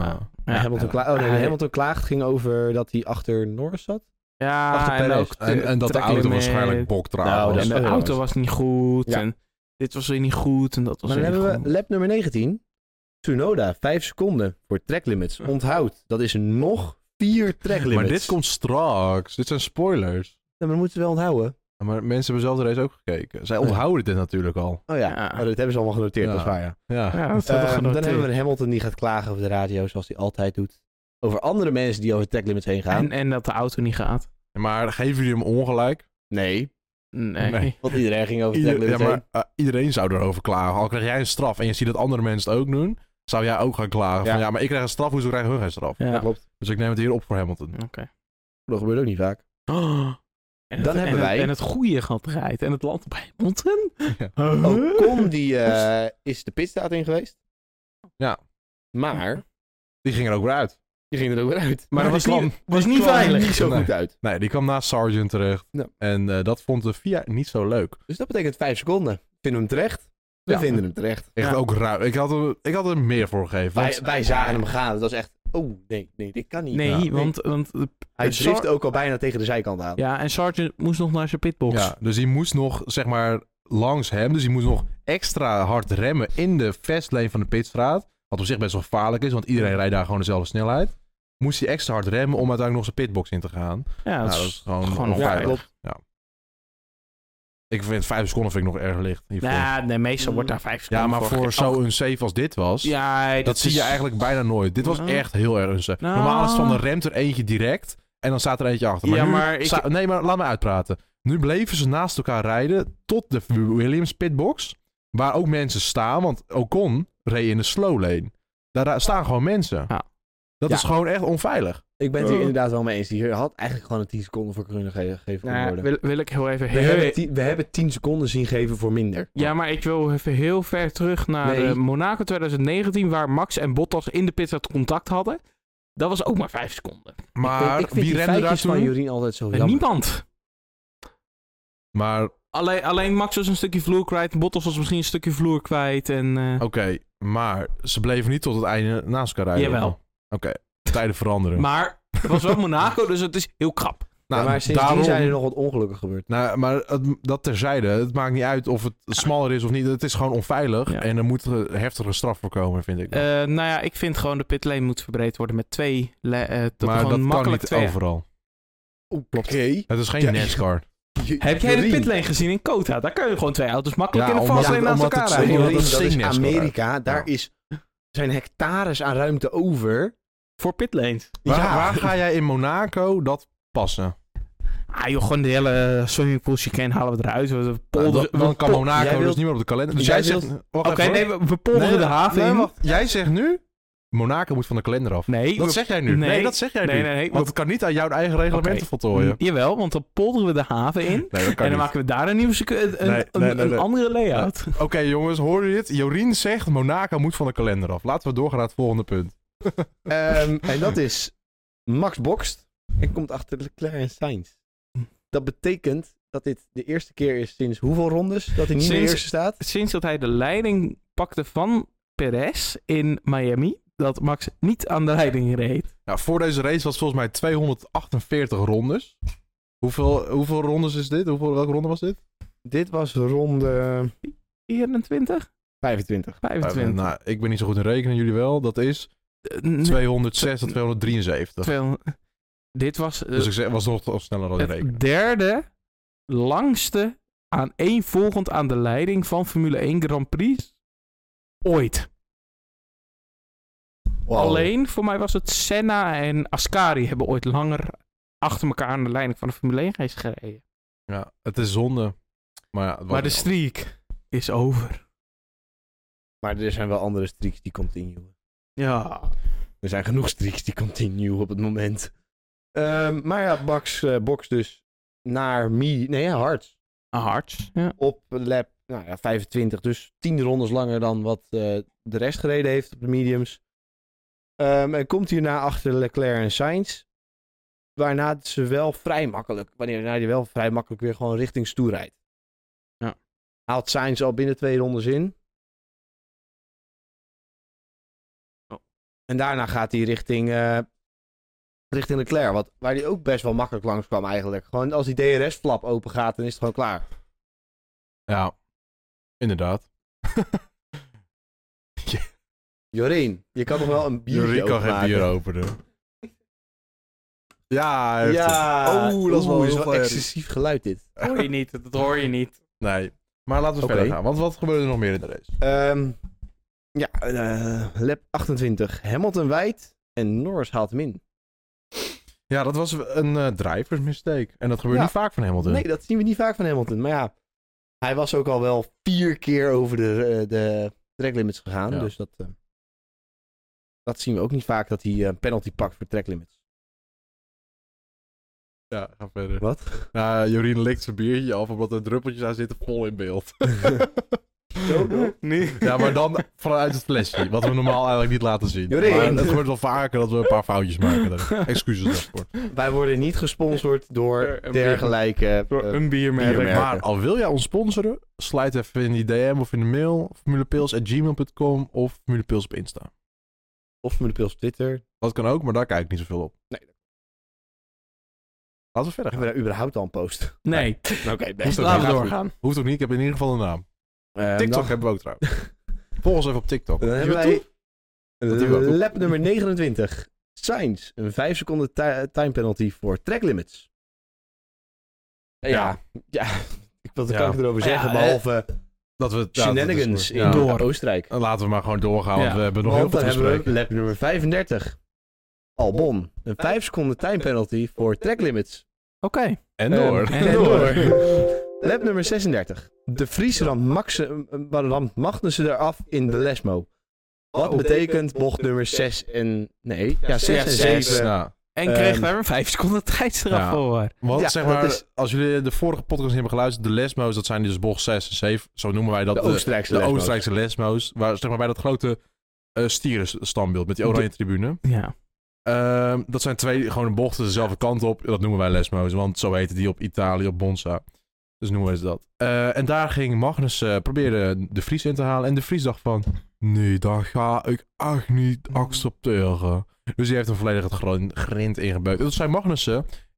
Hamilton klaagt ging over dat hij achter Norris zat. Ja, en dat de auto waarschijnlijk boktraag was. En de auto was niet goed. Ja. En dit was weer niet goed. En dat was maar dan hebben we lap nummer 19. Tsunoda, 5 seconden voor tracklimits. Onthoud, dat is nog 4 tracklimits. Maar dit komt straks. Dit zijn spoilers. Ja, maar dat moeten ze wel onthouden. Maar mensen hebben zelf de race ook gekeken. Zij onthouden dit natuurlijk al. Oh ja, dat hebben ze allemaal genoteerd, dat is waar, dan hebben we Hamilton die gaat klagen over de radio, zoals hij altijd doet. Over andere mensen die over tracklimits heen gaan. En dat de auto niet gaat. Maar geven jullie hem ongelijk? Nee. Want iedereen ging over tracklimits heen. Iedereen zou erover klagen. Al krijg jij een straf en je ziet dat andere mensen het ook doen, zou jij ook gaan klagen. Van maar ik krijg een straf, hoezo krijgen hun geen straf? Ja, klopt. Dus ik neem het hier op voor Hamilton. Oké. Dat gebeurt ook niet vaak. En het goede gaat rijden. En het land op Hamilton. Ocon die is de pitstraat in geweest. Ja. Maar die ging er ook weer uit. Maar dat was niet veilig. Niet zo goed uit. Nee, die kwam naast Sargent terecht. Ja. En dat vond de FIA niet zo leuk. Dus dat betekent 5 seconden. Vinden we hem terecht? We vinden hem terecht. Echt ook ruim. Ik had er meer voor gegeven. Wij zagen hem gaan. Het was echt... Oh, nee, dit kan niet. Nee, want hij drift ook al bijna tegen de zijkant aan. Ja, en Sargent moest nog naar zijn pitbox. Ja, dus hij moest nog, zeg maar, langs hem. Dus hij moest nog extra hard remmen in de fastlane van de pitstraat. Wat op zich best wel gevaarlijk is, want iedereen rijdt daar gewoon dezelfde snelheid. Moest hij extra hard remmen om uiteindelijk nog zijn pitbox in te gaan. Ja, dat is gewoon onveilig. Ja. Ik vind 5 seconden vind ik nog erg licht. Nee, meestal wordt daar 5 seconden maar voor zo'n unsafe als dit was, dat zie je eigenlijk bijna nooit. Dit was echt heel erg unsafe. Normaal is van de remt er eentje direct en dan staat er eentje achter. Maar nee, maar laat me uitpraten. Nu bleven ze naast elkaar rijden tot de Williams pitbox, waar ook mensen staan, want Ocon reed in de slow lane. Daar staan gewoon mensen. Ja. Dat is gewoon echt onveilig. Ik ben het hier inderdaad wel mee eens. Hier had eigenlijk gewoon een 10 seconden voor kunnen geven worden. Wil ik heel even... We hebben 10 seconden zien geven voor minder. Ja, maar ik wil even heel ver terug naar Monaco 2019... waar Max en Bottas in de pitstop contact hadden. Dat was ook maar 5 seconden. Maar ik vind wie rende daar toen? Van Jorien altijd zo jammer. Niemand. Maar... Alleen Max was een stukje vloer kwijt. Bottas was misschien een stukje vloer kwijt. Oké, maar ze bleven niet tot het einde naast elkaar rijden. Jawel. Oké. Tijden veranderen. Maar het was wel Monaco, dus het is heel krap. Nou, maar sindsdien zijn er nog wat ongelukken gebeurd. Nou, maar dat terzijde. Het maakt niet uit of het smaller is of niet. Het is gewoon onveilig. Ja. En er moet heftige straf voor komen, vind ik. Ik vind gewoon de pitlane moet verbreed worden met 2. Maar dat kan niet overal. Oké. Het is geen NASCAR. Heb jij de pitlane gezien in Kota? Daar kun je gewoon 2 auto's makkelijk in de fastlane naast elkaar rijden. Dat is Amerika. Daar zijn hectares aan ruimte over. Voor pitlanes. Waar ga jij in Monaco dat passen? Gewoon de hele swimmingpool chicane halen we eruit. Dan kan Monaco dus niet meer op de kalender. Dus jij zegt... we polderen de haven in. Jij zegt nu... Monaco moet van de kalender af. Nee. Dat zeg jij nu. Nee, dat zeg jij nu. Nee. Want het kan niet aan jouw eigen reglementen voltooien. Jawel, want dan polderen we de haven in. En dan maken we daar een nieuwe een andere layout. Oké, jongens, hoor je dit? Jorien zegt Monaco moet van de kalender af. Laten we doorgaan naar het volgende punt. En dat is Max bokst en komt achter Leclerc en Sainz. Dat betekent dat dit de eerste keer is sinds hoeveel rondes dat hij niet meer eerste staat? Sinds dat hij de leiding pakte van Perez in Miami, dat Max niet aan de leiding reed. Ja, voor deze race was volgens mij 248 rondes. Hoeveel rondes is dit? Welke ronde was dit? Dit was ronde 24? 25. Nou, ik ben niet zo goed in rekenen, jullie wel. Dat is 206 tot 273. Dit was... Dus ik was nog sneller dan in rekenen. Het derde langste aaneenvolgend aan de leiding van Formule 1 Grand Prix ooit. Wow. Alleen, voor mij was het Senna en Ascari hebben ooit langer achter elkaar aan de leiding van de Formule 1 race gereden. Ja, het is zonde. Maar de streak is over. Maar er zijn wel andere streaks die continuen. Ja. Er zijn genoeg streaks die continuen op het moment. Maar ja, Max bokst dus naar Hards. Hards, ja. Op lap 25, dus 10 rondes langer dan wat de rest gereden heeft op de mediums. En komt hierna achter Leclerc en Sainz. Waarna ze wel vrij makkelijk, wanneer hij wel vrij makkelijk weer gewoon richting stoer rijdt. Ja. Haalt Sainz al binnen 2 rondes in. Oh. En daarna gaat hij richting Leclerc, waar hij ook best wel makkelijk langs kwam eigenlijk. Gewoon als die DRS-flap open gaat, dan is het gewoon klaar. Ja, inderdaad. Jorien, je kan nog wel een biertje Jorien kan geen bier openen. Ja, dat is wel excessief geluid dit. Dat hoor je niet. Nee, maar laten we verder gaan. Want wat gebeurde er nog meer in de race? Lap 28. Hamilton wijdt en Norris haalt hem in. Ja, dat was een drivers mistake. En dat gebeurt niet vaak van Hamilton. Nee, dat zien we niet vaak van Hamilton. Maar ja, hij was ook al wel 4 keer over de track limits gegaan. Ja. Dus dat zien we ook niet vaak, dat hij een penalty pakt voor track limits. Ja, ga verder. Wat? Nou, Jorien likt zijn biertje af, omdat er druppeltjes aan zitten vol in beeld. Zo? Nee. Ja, maar dan vanuit het flesje, wat we normaal eigenlijk niet laten zien. Jorien. Maar het gebeurt wel vaker dat we een paar foutjes maken. Excuses daarvoor. Wij worden niet gesponsord door dergelijke een biermerk. Maar al wil jij ons sponsoren, sluit even in die DM of in de mail, formulepils@gmail.com of formulepils op Insta. Of formulepils op Twitter. Dat kan ook, maar daar kijk ik niet zoveel op. Nee. Laten we verder gaan. Hebben we daar überhaupt al een post? Nee. Oké, best. Laten we doorgaan. Hoeft ook niet, ik heb in ieder geval een naam. TikTok hebben we ook trouwens. Volg ons even op TikTok. Dan hebben wij lap nummer 29. Sainz, een 5 seconden time penalty voor track limits. Ja. Wat kan ik erover zeggen, behalve dat we shenanigans in Oostenrijk. Laten we maar gewoon doorgaan, want we hebben nog heel veel te bespreken. Dan hebben we lap nummer 35. Albon, een 5 seconden time penalty voor track limits. Oké. En door. Lap nummer 36. De Vries ramt Magnussen eraf in de Lesmo. Wat betekent bocht nummer 6 en 7. Ja. En kreeg daar een 5 seconden tijdstraf voor. Want zeg maar, als jullie de vorige podcast hebben geluisterd, de Lesmo's, dat zijn dus bocht 6 en 7. Zo noemen wij dat. De Oostenrijkse Lesmo's. Waar, zeg maar, bij dat grote stierenstandbeeld met die oranje tribune. Ja. Dat zijn 2 gewoon bochten dezelfde kant op. Dat noemen wij Lesmo's, want zo heten die op Italië, op Monza. Dus noemen we ze dat. En daar ging Magnussen, probeerde de Vries in te halen. En de Vries dacht van, nee, dat ga ik echt niet accepteren. Dus die heeft hem volledig het grind ingebeukt. Dat zei Magnussen,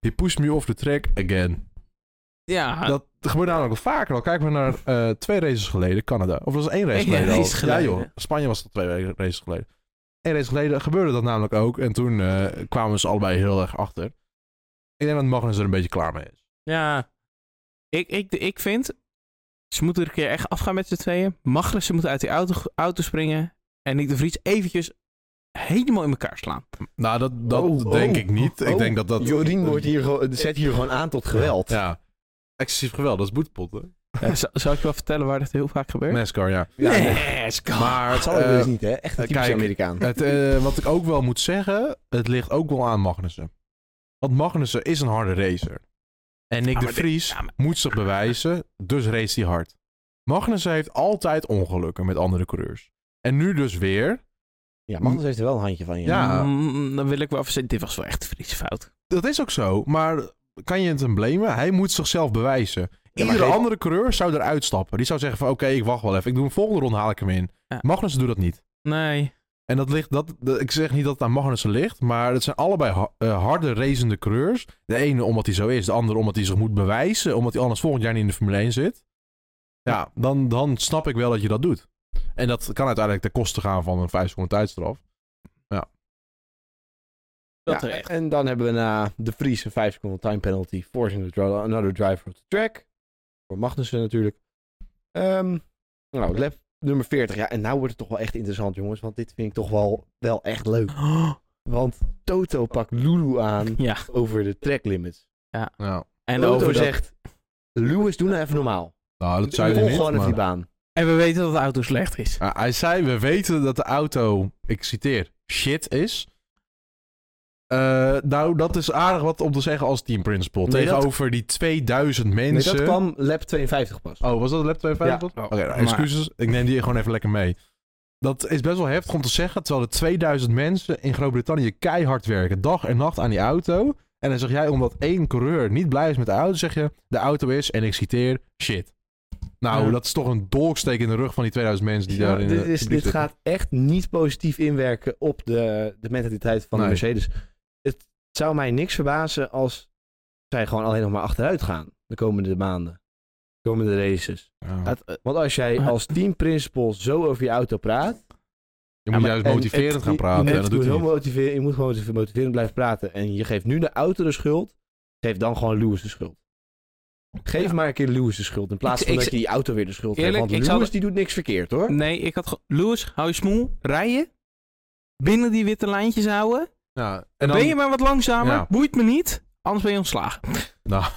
He pushed me off the track again. Ja. Dat gebeurt namelijk al vaker. Al kijken we naar 2 races geleden, Canada. Of was het 1 race geleden al? Ja joh, Spanje was het 2 races geleden. 1 race geleden gebeurde dat namelijk ook. En toen kwamen ze allebei heel erg achter. Ik denk dat Magnus er een beetje klaar mee is. Ja. Ik vind... Ze moeten er een keer echt afgaan met z'n tweeën. Magnussen moet uit die auto springen. En Nick de Vries eventjes helemaal in elkaar slaan. Nou, dat denk ik niet. Ik denk dat... Jorien zet hier gewoon aan tot geweld. Ja. Excessief geweld, dat is boetepot, hè? Zal ik je wel vertellen waar dat heel vaak gebeurt? NASCAR, ja. NASCAR. Maar Dat zal ik dus niet, hè? Echt een typische Amerikaan. Wat ik ook wel moet zeggen, het ligt ook wel aan Magnussen. Want Magnussen is een harde racer. En Nick de Vries moet zich bewijzen, dus race hij hard. Magnussen heeft altijd ongelukken met andere coureurs. En nu dus weer. Ja, Magnussen heeft er wel een handje van je. Ja. Dan wil ik wel even zeggen, dit was wel echt Vries fout. Dat is ook zo, maar kan je het hem blamen? Hij moet zichzelf bewijzen. Iedere andere coureur zou eruit stappen. Die zou zeggen van oké, ik wacht wel even. Ik doe een volgende ronde, haal ik hem in. Ja. Magnussen doet dat niet. Nee. En dat ligt, ik zeg niet dat het aan Magnussen ligt, maar het zijn allebei harde racende coureurs. De ene omdat hij zo is, de andere omdat hij zich moet bewijzen, omdat hij anders volgend jaar niet in de Formule 1 zit. Ja, dan snap ik wel dat je dat doet. En dat kan uiteindelijk ten koste gaan van een 5 seconden tijdstraf. Ja. En dan hebben we na de Vries een 5 seconden time penalty, forcing another driver off the track. Voor Magnussen natuurlijk. Lap nummer 40. Ja, en nou wordt het toch wel echt interessant, jongens. Want dit vind ik toch wel echt leuk. Want Toto pakt Lulu aan over de track limits. Ja. En Toto zegt, Lewis, doe nou even normaal. Nou, dat zei hij niet. Gewoon even die baan. En we weten dat de auto slecht is. Hij zei, we weten dat de auto, ik citeer, shit is. Nou, dat is aardig wat om te zeggen als team principal. Tegenover die 2000 mensen. Nee, dat kwam lap 52 pas. Oh, was dat lap 52? Ja. Oké, excuses. Ik neem die gewoon even lekker mee. Dat is best wel heftig om te zeggen. Terwijl er 2000 mensen in Groot-Brittannië keihard werken. Dag en nacht aan die auto. En dan zeg jij, omdat 1 coureur niet blij is met de auto, zeg je, de auto is, en ik citeer, shit. Nou, dat is toch een dolksteek in de rug van die 2000 mensen die daarin dit gaat echt niet positief inwerken op de mentaliteit van de Mercedes. Het zou mij niks verbazen als zij gewoon alleen nog maar achteruit gaan de komende maanden. De komende races. Ja. Want als jij als teamprincipal zo over je auto praat. Je moet juist motiverend gaan praten. Je moet gewoon motiverend blijven praten. En je geeft nu de auto de schuld. Geef dan gewoon Lewis de schuld. Geef maar een keer Lewis de schuld. In plaats van dat je die auto weer de schuld geeft. Want Lewis die doet niks verkeerd, hoor. Nee, Lewis, hou je smoel. Rijden. Binnen die witte lijntjes houden. Ja, en dan ben je maar wat langzamer. Boeit me niet. Anders ben je ontslagen. Nou,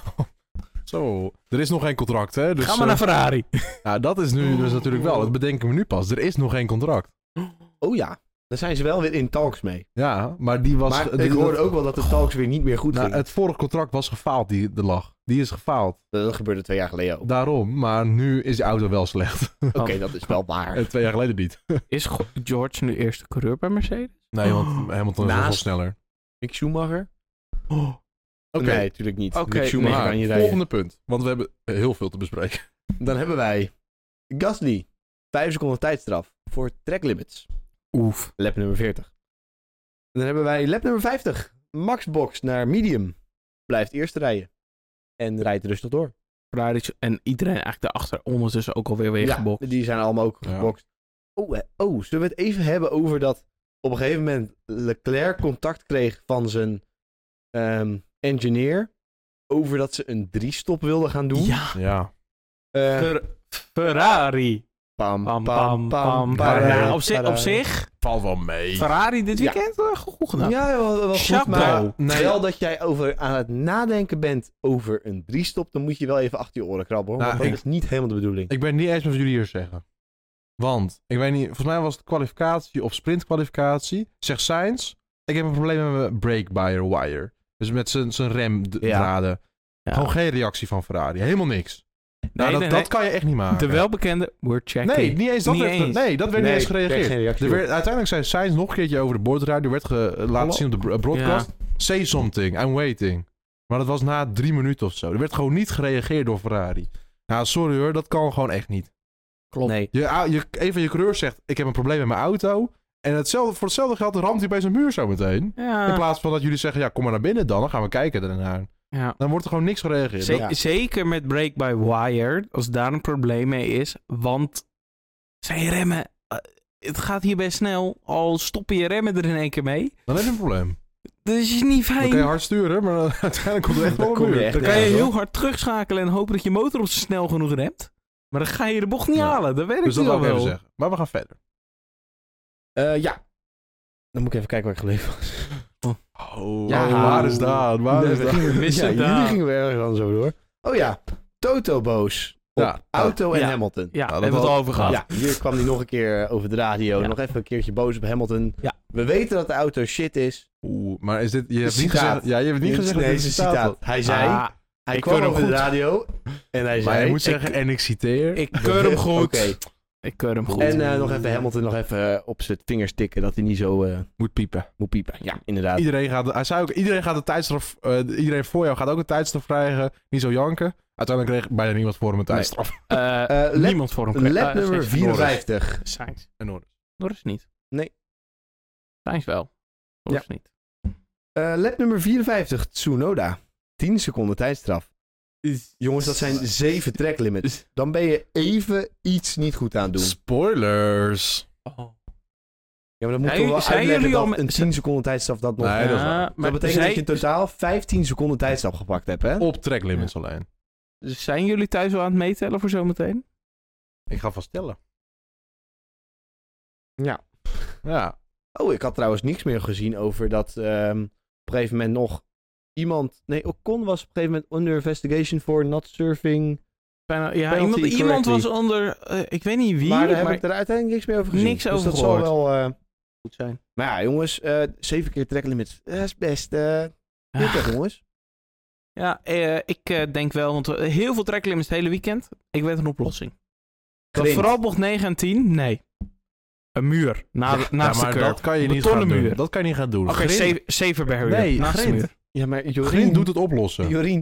zo. Er is nog geen contract, hè? Dus, ga maar naar Ferrari. Nou, dat is nu dus natuurlijk wel. Dat bedenken we nu pas. Er is nog geen contract. Oh ja. Daar zijn ze wel weer in talks mee. Ja, maar die was... Maar ik hoorde ook wel dat de talks weer niet meer goed gingen. Het vorige contract was gefaald, de lag. Die is gefaald. Dat gebeurde 2 jaar geleden ook. Daarom, maar nu is die auto wel slecht. Oké, dat is wel waar. En 2 jaar geleden niet. Is George nu eerste coureur bij Mercedes? Nee, want Hamilton is wel sneller. Mick Schumacher? Oké. Nee, natuurlijk niet. Mick Schumacher kan je rijden. Volgende punt, want we hebben heel veel te bespreken. Dan hebben wij Gasly. 5 seconden tijdstraf voor track limits. Oef. Lap nummer 40. Dan hebben wij lap nummer 50. Max box naar medium. Blijft eerst rijden. En rijdt rustig door. En iedereen eigenlijk daarachter ondertussen ook alweer weer gebokst. Ja, die zijn allemaal ook gebokst. Zullen we het even hebben over dat op een gegeven moment Leclerc contact kreeg van zijn engineer over dat ze een 3-stop wilden gaan doen? Ja. Ferrari. Op zich valt wel mee. Ferrari dit weekend goed gedaan. Ja, wel goed, maar wel dat jij aan het nadenken bent over een 3-stop, dan moet je wel even achter je oren krabben, hoor. Want dat is niet helemaal de bedoeling. Ik ben het niet eens met jullie hier zeggen. Want, ik weet niet, volgens mij was het kwalificatie of sprintkwalificatie. Zegt Sainz, ik heb een probleem met mijn brake-by-wire. Dus met zijn remdraden. Ja. Gewoon geen reactie van Ferrari. Helemaal niks. Dat kan je echt niet maken. De welbekende word checking. Nee, niet eens. Dat werd niet eens gereageerd. Uiteindelijk zei Sainz nog een keertje over de boordradio. Er werd laten zien op de broadcast. Ja. Say something, I'm waiting. Maar dat was na 3 minuten of zo. Er werd gewoon niet gereageerd door Ferrari. Nou, sorry hoor, dat kan gewoon echt niet. Klopt. Nee. Een van je coureurs zegt, ik heb een probleem met mijn auto. En voor hetzelfde geld ramt hij bij zijn muur zo meteen. Ja. In plaats van dat jullie zeggen, ja, kom maar naar binnen dan gaan we kijken ernaar. Ja. Dan wordt er gewoon niks gereageerd. Zeker met brake-by-wire, als daar een probleem mee is. Want zijn remmen, het gaat hier best snel. Al stoppen je remmen er in één keer mee. Dan heb je een probleem. Dat is niet fijn. Dan kan je hard sturen, maar uiteindelijk komt er echt wel een muur. Dan kan je heel hard terugschakelen en hopen dat je motor op snel genoeg remt. Maar dan ga je de bocht niet halen. Dat werkt dus dat niet wil ik wel. even zeggen. Maar we gaan verder. Ja. Dan moet ik even kijken waar ik gebleven was. Waar is Daan? Jullie gingen we ergens dan zo door. Oh ja, Toto boos. Op Auto en Hamilton. Ja, daar hebben we het al over gehad. Ja, hier kwam hij nog een keer over de radio. Nog even een keertje boos op Hamilton. Ja. We weten dat de auto shit is. Maar is dit... Je hebt niet gezegd... Ja, je hebt niet gezegd dat het een citaat. Hij zei... Hij kwam over de radio en hij zei... Maar je moet zeggen, en ik citeer... Ik keur hem goed. Oké. Ik keur hem goed. En nog even Hamilton nog even op zijn vingers tikken dat hij niet zo... moet piepen. Moet piepen, ja, inderdaad. Iedereen gaat de tijdstraf... iedereen voor jou gaat ook een tijdstraf krijgen. Niet zo janken. Uiteindelijk kreeg bijna niemand voor hem een tijdstraf. Niemand voor hem. Lap nummer 54. Sainz. En Norris. Norris niet. Nee. Sainz wel. Norris niet. Lap nummer 54. Tsunoda. 10 seconden tijdstraf. Jongens, dat zijn 7 track limits. Dan ben je even iets niet goed aan het doen. Spoilers. Ja, maar dan moeten we wel uitleggen dat een 10 seconden tijdstraf dat nog... Nee, dat betekent dat je in totaal 15 seconden tijdstraf gepakt hebt, hè? Op track limits alleen. Dus zijn jullie thuis al aan het meetellen voor zometeen? Ik ga vast tellen. Ja. Oh, ik had trouwens niks meer gezien over dat op een gegeven moment nog iemand... Nee, Ocon was op een gegeven moment under investigation for not serving... Iemand was onder... ik weet niet wie. Maar daar heb ik er uiteindelijk niks meer over gezien. Niks over dat gehoord. zal wel goed zijn. Maar ja, jongens, 7 keer track limits. Dat is best... pittig, jongens. Ja, ik denk wel, want heel veel track limits het hele weekend. Ik weet een oplossing. Vooral bocht 9 en 10, nee. Een muur, naast de curb. Dat kan je niet gaan doen. Dat kan je niet gaan doen. Oké, safer barrier. Nee, naast de muur. Ja, maar Jorien... Grind doet het oplossen. Jorien,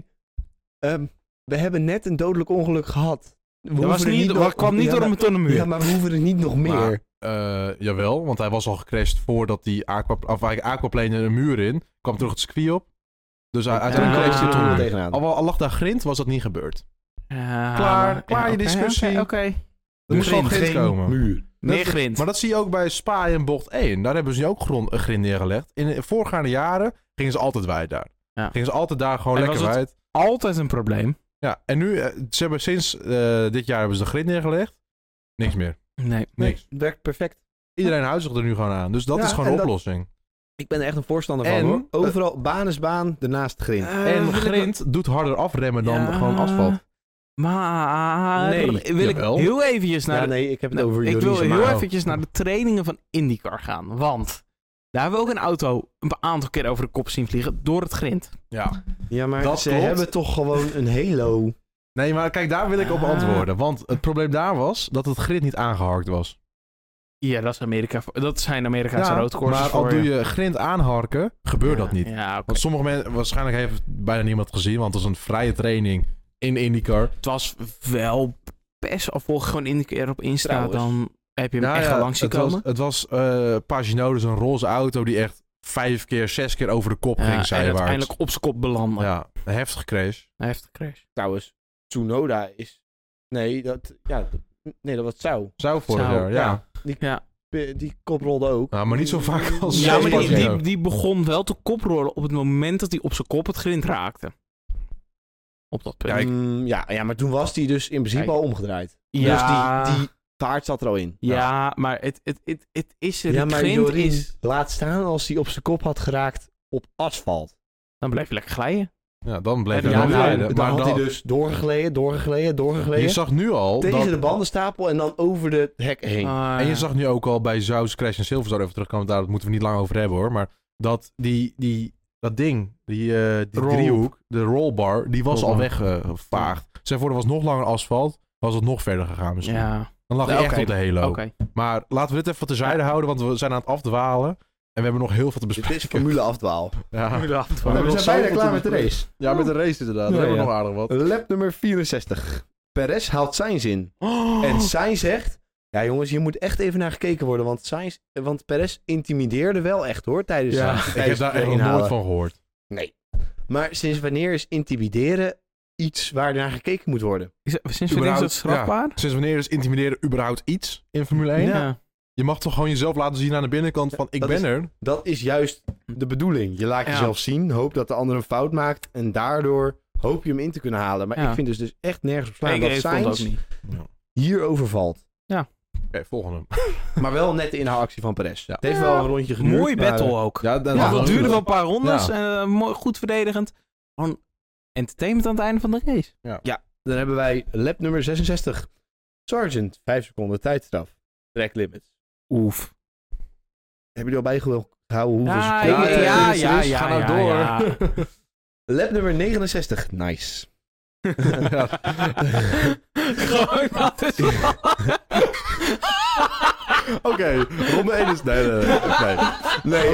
we hebben net een dodelijk ongeluk gehad. Kwam niet door een betonnen muur. Ja, maar we hoeven er niet nog meer. Jawel, want hij was al gecrashed voordat die aquaplane een muur in. Kwam terug het circuit op. Dus uiteindelijk kreeg hij het tegenaan. Al lag daar grind, was dat niet gebeurd. Klaar je discussie. Oké. Er moest wel grind komen. Muur. Meer grind. Maar dat zie je ook bij Spa in bocht 1. Daar hebben ze nu ook grind neergelegd. In de voorgaande jaren gingen ze altijd wijd daar. Ja. Gingen ze altijd daar gewoon lekker wijd. Altijd een probleem. Ja, en nu, ze hebben sinds dit jaar hebben ze de grind neergelegd. Niks meer. Nee. Het werkt perfect. Iedereen huizigt er nu gewoon aan. Dus dat is gewoon een oplossing. Ik ben er echt een voorstander van, hoor. Overal, baan is baan, daarnaast grind. En grind doet harder afremmen dan gewoon asfalt. Maar wil ik heel eventjes naar ik heb het over ik wil heel eventjes naar de trainingen van IndyCar gaan. Want daar hebben we ook een auto een aantal keer over de kop zien vliegen door het grind. Ja, maar ze hebben toch gewoon een halo. Nee, maar kijk, daar wil ik op antwoorden. Want het probleem daar was dat het grind niet aangeharkt was. Ja, dat zijn Amerikaanse roadcourses. Maar al doe je grind aanharken, gebeurt dat niet. Ja, okay. Want sommige mensen, waarschijnlijk heeft bijna niemand gezien, want het was een vrije training in IndyCar. Het was wel best, al volg je gewoon IndyCar op Insta, dan heb je hem echt langs gekomen. Het was Pagino, dus een roze auto die echt 5 keer, 6 keer over de kop ging zijwaarts. En uiteindelijk op zijn kop belandde. Ja, een heftige crash. Trouwens, Tsunoda is... Nee, dat was Zou. Zou vorig jaar, ja. Die kop rolde ook. Nou, maar niet zo vaak als... Ja, maar die begon wel te koprollen op het moment dat hij op zijn kop het grind raakte. Op dat punt. Ja, maar toen was hij dus in principe al omgedraaid. Ja. Dus die vaart zat er al in. Ja, maar het is... Ja, maar Jorien, laat staan als hij op zijn kop had geraakt op asfalt. Dan bleef hij lekker glijden. Ja, dan bleef hij wel glijden. Dan had hij dus doorgegleden. Je zag nu al... Tegen de bandenstapel en dan over de hek heen. En je zag nu ook al bij Zou's crash en Silverstone even terugkomen. Daar moeten we niet lang over hebben, hoor. Maar dat dat ding, die driehoek, de rollbar, die was al weggevaagd. Stel voor, er was nog langer asfalt, was het nog verder gegaan misschien. Ja. Dan lag je echt op de halo. Maar laten we dit even terzijde houden, want we zijn aan het afdwalen. En we hebben nog heel veel te bespreken. Dit is Formule afdwaal. Ja. We zijn bijna klaar met de race. Ja, met de race inderdaad. We hebben nog aardig wat. Lap nummer 64. Perez haalt Sainz in. En Sainz zegt... Ja, jongens, hier moet echt even naar gekeken worden. Want Perez intimideerde wel echt, hoor, tijdens ik heb daar echt nog nooit van gehoord. Nee. Maar sinds wanneer is intimideren iets waar naar gekeken moet worden? Sinds wanneer is dat strafbaar? Ja. Sinds wanneer is intimideren überhaupt iets in Formule 1? Ja. Je mag toch gewoon jezelf laten zien aan de binnenkant van ik ben er. Dat is juist de bedoeling. Je laat jezelf zien, hoop dat de ander een fout maakt en daardoor hoop je hem in te kunnen halen. Maar ik vind dus echt nergens op slaan dat Sainz hier overvalt. Ja. Oké, volgende. Maar wel net de inhaalactie van Perez. Ja. Het heeft wel een rondje geduurd. Mooi battle ook. Het duurde wel een paar rondes. En mooi, goed verdedigend. Gewoon entertainment aan het einde van de race. Ja, dan hebben wij lap nummer 66. Sargent, 5 seconden tijdstraf. Track limits. Oef. Hebben jullie al bijgehouden hoeveel seconden? Ja. Ga nou door. Ja. Lap nummer 69. Nice. Gewoon dat is Oké, ronde 1 is... Nee.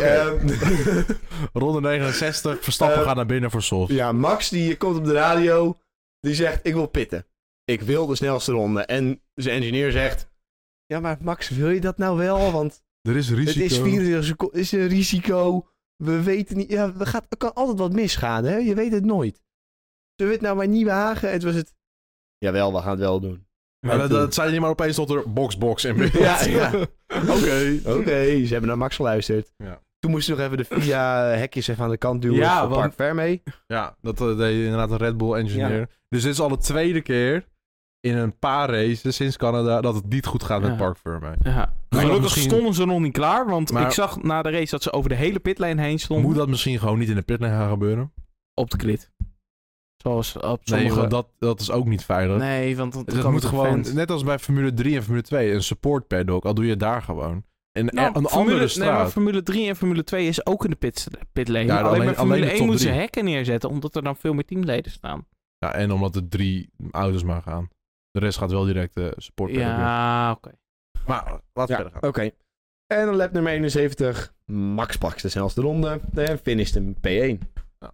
Ronde 69, Verstappen gaat naar binnen voor soft. Ja, Max die komt op de radio. Die zegt, ik wil pitten. Ik wil de snelste ronde. En zijn engineer zegt... Ja, maar Max, wil je dat nou wel? Want er is risico. Het is 24 seconden. Het is een risico. We weten niet... Ja, er kan altijd wat misgaan, hè? Je weet het nooit. Zullen we het nou maar niet wagen? Het was het... Jawel, we gaan het wel doen. Maar dat zei je niet maar opeens tot er box in beeld. Ja. Oké, ze hebben naar Max geluisterd. Ja. Toen moesten we nog even de VIA-hekjes even aan de kant duwen voor Park Fermé. Ja, dat deed inderdaad een Red Bull engineer. Ja. Dus dit is al de tweede keer in een paar races sinds Canada dat het niet goed gaat met Park Fermé. Ja. Gelukkig stonden ze nog niet klaar, want ik zag na de race dat ze over de hele pitlane heen stonden. Moet dat misschien gewoon niet in de pitlane gaan gebeuren? Op de grid. Zoals op sommige... Nee, dat is ook niet veilig. Nee, want dat moet gewoon, net als bij Formule 3 en Formule 2, een support paddock, al doe je het daar gewoon. En een andere straat. Nee, maar Formule 3 en Formule 2 is ook in de pitlane. Ja, alleen bij Formule 1 moeten ze hekken neerzetten, omdat er dan veel meer teamleden staan. Ja, en omdat er 3 auto's maar gaan. De rest gaat wel direct support paddock. Ja, oké. Maar laten we verder gaan. Oké. En dan lap nummer 71. Max pakt de snelste ronde. En finisht hem P1. Ja.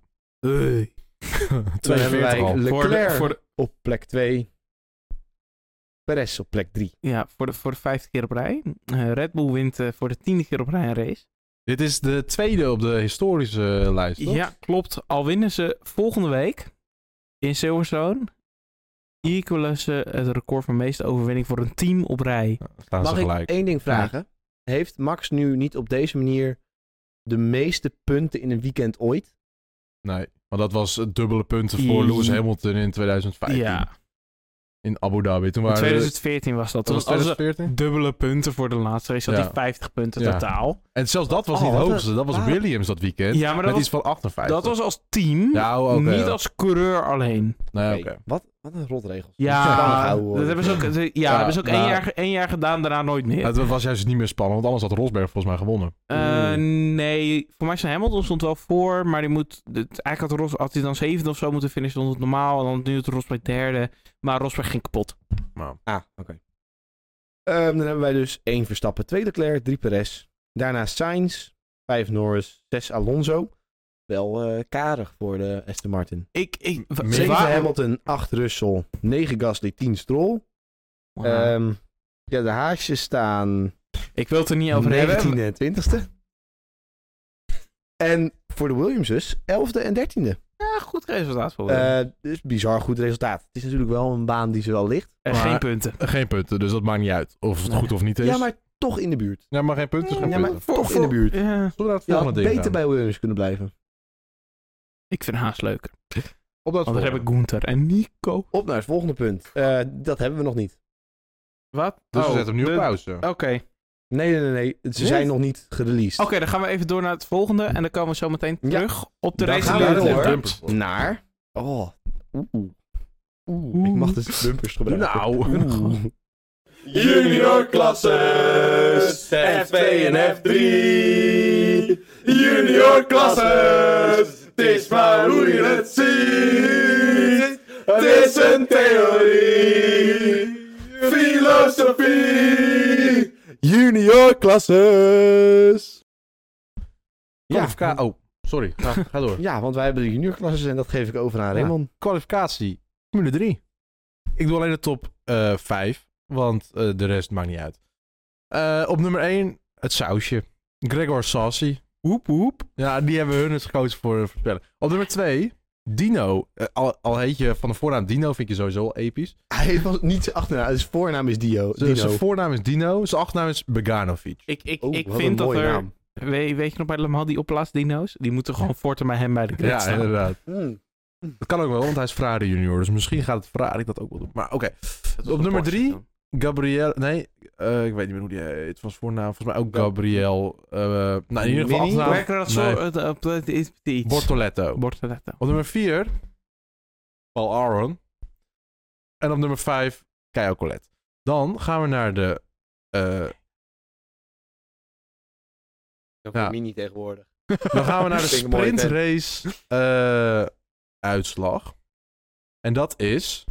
Dan hebben wij Leclerc op plek 2. Perez op plek 3. Ja, voor de 5e keer op rij. Red Bull wint voor de 10e keer op rij een race. Dit is de tweede op de historische lijst, toch? Ja, klopt. Al winnen ze volgende week in Silverstone. Equalen ze het record van meeste overwinning voor een team op rij. Ja, mag ik één ding vragen? Ja. Heeft Max nu niet op deze manier de meeste punten in een weekend ooit? Nee, maar dat was dubbele punten voor Lewis Hamilton in 2015. Ja. In Abu Dhabi. Toen waren 2014 was dat. Toen was 2014? Dubbele punten voor de laatste race. Dat die 50 punten totaal. En zelfs dat was niet het hoogste. Dat was Williams dat weekend. Ja, maar dat was iets van 58. Dat was als team. Ja, niet als coureur alleen. Nee, oké. Wat een rotregels. Ja, dat hebben ze ook, hebben ze ook 1 jaar gedaan, daarna nooit meer. Het was juist niet meer spannend, want anders had Rosberg volgens mij gewonnen. Nee, voor mij zijn Hamilton stond wel voor, maar die moet... Eigenlijk had hij dan 7e of zo moeten finishen, stond het normaal. En dan nu het Rosberg 3e, maar Rosberg ging kapot. Nou. Oké. Dan hebben wij dus 1 Verstappen, 2 Leclerc, 3 Perez. Daarna Sainz, 5 Norris, 6 Alonso. Wel karig voor de Aston Martin. 7 Hamilton, 8 Russell, 9 Gasly, 10 Stroll. Wow. De haasjes staan... Ik wil het er niet over 19e en 20e. En voor de Williams dus 11e en 13e. Ja, goed resultaat voor dus bizar goed resultaat. Het is natuurlijk wel een baan die ze wel ligt. Geen punten. Geen punten, dus dat maakt niet uit of het goed of niet is. Ja, maar toch in de buurt. Ja, maar geen punten is geen punten. Maar toch in de buurt. Ja, beter bij Williams kunnen blijven. Ik vind Haas leuker. Want dan heb ik Gunther en Nico. Op naar het volgende punt. Dat hebben we nog niet. Wat? Dus we zetten hem nu op pauze. Oké. Nee. Ze zijn nog niet gereleased. Oké, dan gaan we even door naar het volgende. En dan komen we zo meteen terug op de race. Naar... Ik mag dus bumpers gebruiken. Junior klasses, F2 en F3. Junior klasses, het is maar hoe je het ziet. Het is een theorie, filosofie. Junior klasses. Oh, sorry. Ga door. Ja, want wij hebben de junior klasses en dat geef ik over aan Raymond. Kwalificatie, Formule 3. Ik doe alleen de top 5. Want de rest maakt niet uit. Op nummer 1, het sausje. Gregor Saucy. Woep woep. Ja, die hebben hun dus gekozen voor voorspellen. Op nummer 2, Dino. Al heet je van de voornaam Dino, vind je sowieso al episch. Hij was niet zijn achternaam. Zijn voornaam is Dino. Zijn voornaam is Dino, zijn achternaam is Beganovic. Ik Wat vind een dat mooie er... naam. Weet je nog bij Le Mans die opblaasdino's? Die moeten gewoon voortaan bij hem bij de grid Ja, staan. inderdaad. Dat kan ook wel, want hij is Ferrari junior. Dus misschien gaat het Ferrari dat ook wel doen. Maar oké. Op nummer 3, Gabriel... Nee, ik weet niet meer hoe die heet. Van zijn voornaam. Volgens mij ook Gabriel... nou, in ieder geval achternaam... Bortoletto. Op nummer 4, Paul Aron. En op nummer 5, Caio Collet. Dan gaan we naar de... Ja. Mini tegenwoordig. Dan gaan we naar de Vind ik een mooie sprintrace uitslag. En dat is...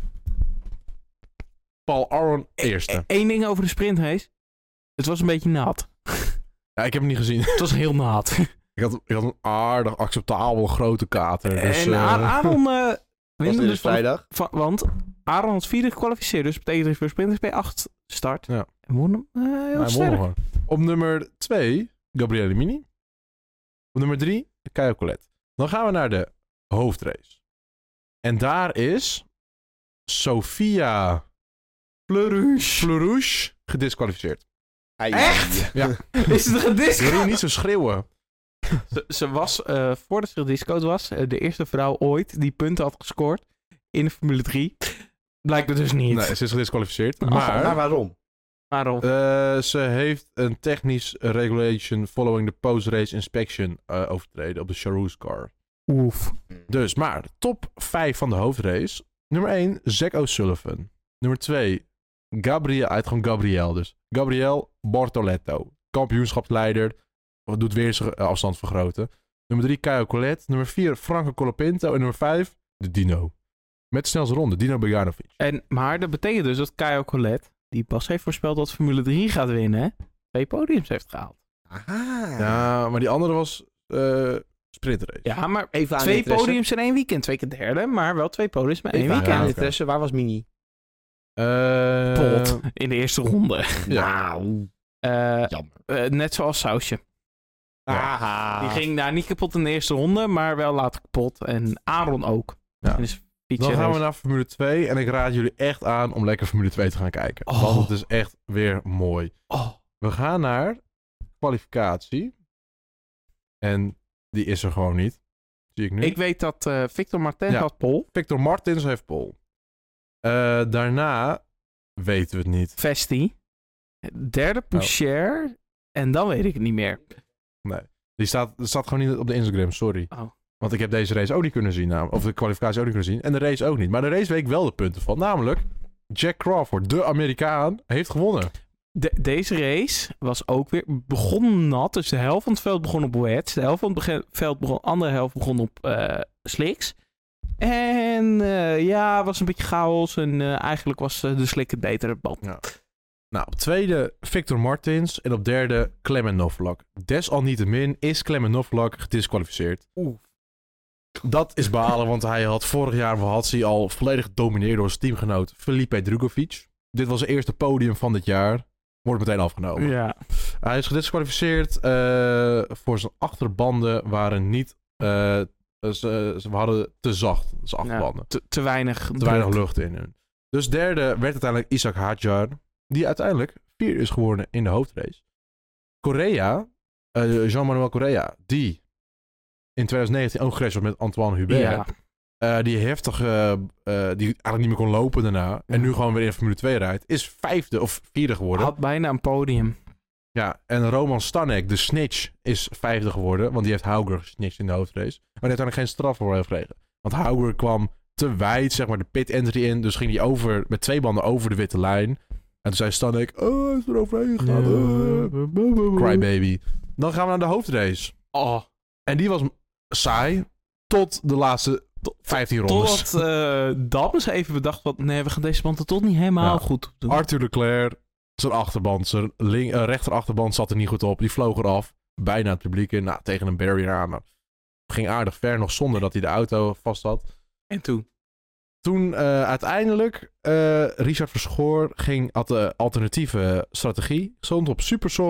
Paul Aron eerste. Eén ding over de sprintrace. Het was een beetje nat. Ja, ik heb hem niet gezien. Het was heel nat. Ik had een aardig acceptabel grote kater. Dus, En Aaron... Was wint dit dus vrijdag? want Aaron was 4e gekwalificeerd. Dus betekent dat hij voor sprinters P8 start. Ja. En won hem heel hij sterk. won gewoon. Op nummer 2, Gabriele Mini. Op nummer 3, Caio Collet. Dan gaan we naar de hoofdrace. En daar is Sofia Fleurouche gedisqualificeerd. Echt? Ja. Is het Wil gedisco? je niet zo schreeuwen? Ze was, voordat ze gedisco'd was, de eerste vrouw ooit die punten had gescoord in de Formule 3. Blijkt het dus niet. Nee, ze is gedisqualificeerd. Maar waarom? Waarom? Ze heeft een technisch regulation following the post-race inspection overtreden op de Charouz car. Oef. Dus, maar top 5 van de hoofdrace. Nummer 1, Zach O'Sullivan. Nummer 2, Gabriel dus. Gabriel Bortoletto. Kampioenschapsleider. Doet weer zijn afstand vergroten. Nummer 3, Caio Collet. Nummer 4, Franco Colapinto. En nummer 5, de Dino. Met de snelste ronde, Dino Beganovic. Maar dat betekent dus dat Caio Collet, die pas heeft voorspeld dat Formule 3 gaat winnen, 2 podiums heeft gehaald. Aha. Ja, maar die andere was sprintrace. Ja, maar Even aan 2 interesse. podiums in 1 weekend. 2 keer derde, maar wel 2 podiums in 1 Even aan weekend. oké. interesse. Waar was Mini? Pot in de eerste ronde. Ja. Nou, Jammer. Net zoals Sausje. aha. Die ging daar niet kapot in de eerste ronde, maar wel later kapot. En Aaron ook. Ja. En dus Dan gaan we naar Formule 2. En ik raad jullie echt aan om lekker Formule 2 te gaan kijken. Oh. Want het is echt weer mooi. Oh. We gaan naar kwalificatie. En die is er gewoon niet. Zie ik nu. Ik weet dat Victor Martin Ja. had pole. Victor Martins heeft pole. Daarna weten we het niet. Vesti. Derde Poucher. En dan weet ik het niet meer. Die staat gewoon niet op de Instagram, sorry. Oh. Want ik heb deze race ook niet kunnen zien. Of de kwalificatie ook niet kunnen zien. En de race ook niet. Maar de race weet ik wel de punten van. Namelijk, Jack Crawford, de Amerikaan, heeft gewonnen. Deze race was ook weer begon nat. Dus de helft van het veld begon op wets. De helft van het veld begon, andere helft begon op slicks. En ja, was een beetje chaos. En eigenlijk was de slick het betere band. Ja. Nou, op tweede Victor Martins. En op derde Clement Novalak. Desalniettemin is Clement Novalak gedisqualificeerd. Dat is balen, want hij had vorig jaar al volledig gedomineerd door zijn teamgenoot Felipe Drugovich. Dit was zijn eerste podium van dit jaar. Wordt meteen afgenomen. Ja. Hij is gedisqualificeerd voor zijn achterbanden waren niet... we hadden te zacht, zijn achterbanden. Te weinig Te weinig lucht in hun. Dus derde werd uiteindelijk Isaac Hadjar, die uiteindelijk vierde is geworden in de hoofdrace. Correa, Jean-Manuel Correa, die in 2019 ook gereden was met Antoine Hubert. Ja. Die heftig, die eigenlijk niet meer kon lopen daarna. En nu gewoon weer in Formule 2 rijdt. Is vijfde of vierde geworden. Had bijna een podium. Ja, en Roman Stanek, de snitch, is vijfde geworden. Want die heeft Hauger gesnitcht in de hoofdrace. Maar die heeft uiteindelijk geen straf voor gekregen. Want Hauger kwam te wijd, zeg maar, de pit entry in. Dus ging hij met 2 banden over de witte lijn. En toen zei Stanek, hij is er overheen gegaan. Crybaby. Dan gaan we naar de hoofdrace. Oh. En die was saai tot de laatste 15 rondes. Totdat Dams even bedacht, nee, we gaan deze band er toch niet helemaal goed doen. Arthur Leclerc, zijn achterband, zijn rechterachterband zat er niet goed op. Die vloog eraf, bijna het publiek in, tegen een barrier aan. Maar ging aardig ver, nog zonder dat hij de auto vast had. En toen? Toen uiteindelijk, Richard Verschoor had de alternatieve strategie. Stond op supersofts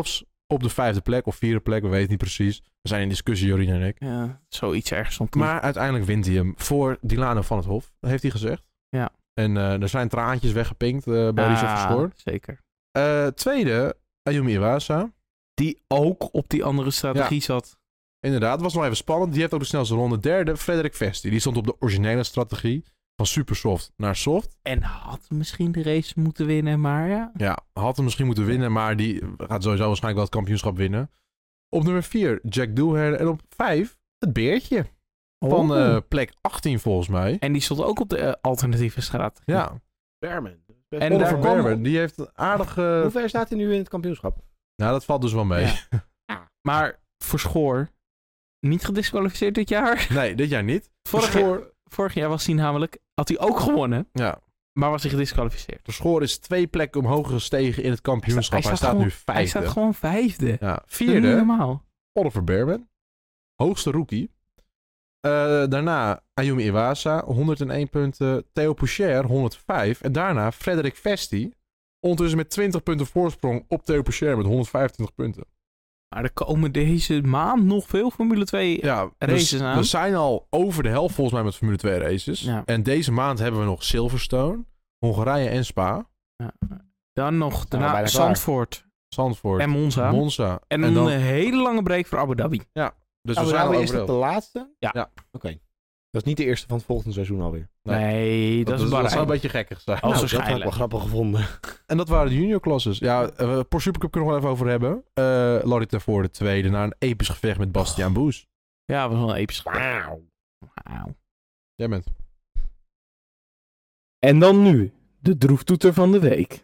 op de 5e plek of 4e plek. We weten het niet precies. We zijn in discussie, Jorien en ik. Ja, zoiets ergens om. Maar uiteindelijk wint hij hem voor Dilano van het Hof. Heeft hij gezegd. Ja. En er zijn traantjes weggepinkt bij Richard Verschoor. Zeker. Tweede, Ayumi Iwasa. Die ook op die andere strategie zat. Inderdaad, was nog even spannend. Die heeft ook de snelste ronde. Derde, Frederik Vesti. Die stond op de originele strategie. Van super soft naar soft. En had misschien de race moeten winnen, maar ja. Ja, had hem misschien moeten winnen. Maar die gaat sowieso waarschijnlijk wel het kampioenschap winnen. Op nummer 4, Jack Dooher. En op 5, het beertje. Van plek 18 volgens mij. En die stond ook op de alternatieve strategie. Ja. Berman. En Oliver Berman, die heeft een aardige... Hoe ver staat hij nu in het kampioenschap? Nou, dat valt dus wel mee. Ja. Maar Verschoor, niet gedisqualificeerd dit jaar? Nee, dit jaar niet. Vorig jaar was hij namelijk, had hij ook gewonnen, Ja. maar was hij gedisqualificeerd. Verschoor is 2 plekken omhoog gestegen in het kampioenschap. Hij staat nu 5e. Hij staat gewoon 5e. Ja, Dat is niet 4e, normaal. Oliver Berman. Hoogste rookie. Daarna Ayumi Iwasa, 101 punten. Theo Poucher, 105. En daarna Frederik Vesti. Ondertussen met 20 punten voorsprong op Theo Poucher met 125 punten. Maar er komen deze maand nog veel Formule 2 races aan. We zijn al over de helft volgens mij met Formule 2 races. Ja. En deze maand hebben we nog Silverstone, Hongarije en Spa. Ja. Dan nog daarna bijna Zandvoort En Monza. En dan een hele lange break voor Abu Dhabi. Ja, dus Abu we zijn al Dhabi, over is dat de laatste? Ja. Oké. Dat is niet de eerste van het volgende seizoen alweer. Nee, dat is Dat Bahrein. zou een beetje gekkig zijn. Oh, Dat had ik waarschijnlijk. wel grappig gevonden. En dat waren de junior classes. Ja, Porsche Supercup kunnen we nog even over hebben. Lorry Tavor de tweede na een episch gevecht met Bastiaan Boes. Ja, dat was wel een episch. Wauw. Jij bent. En dan nu, de droeftoeter van de week.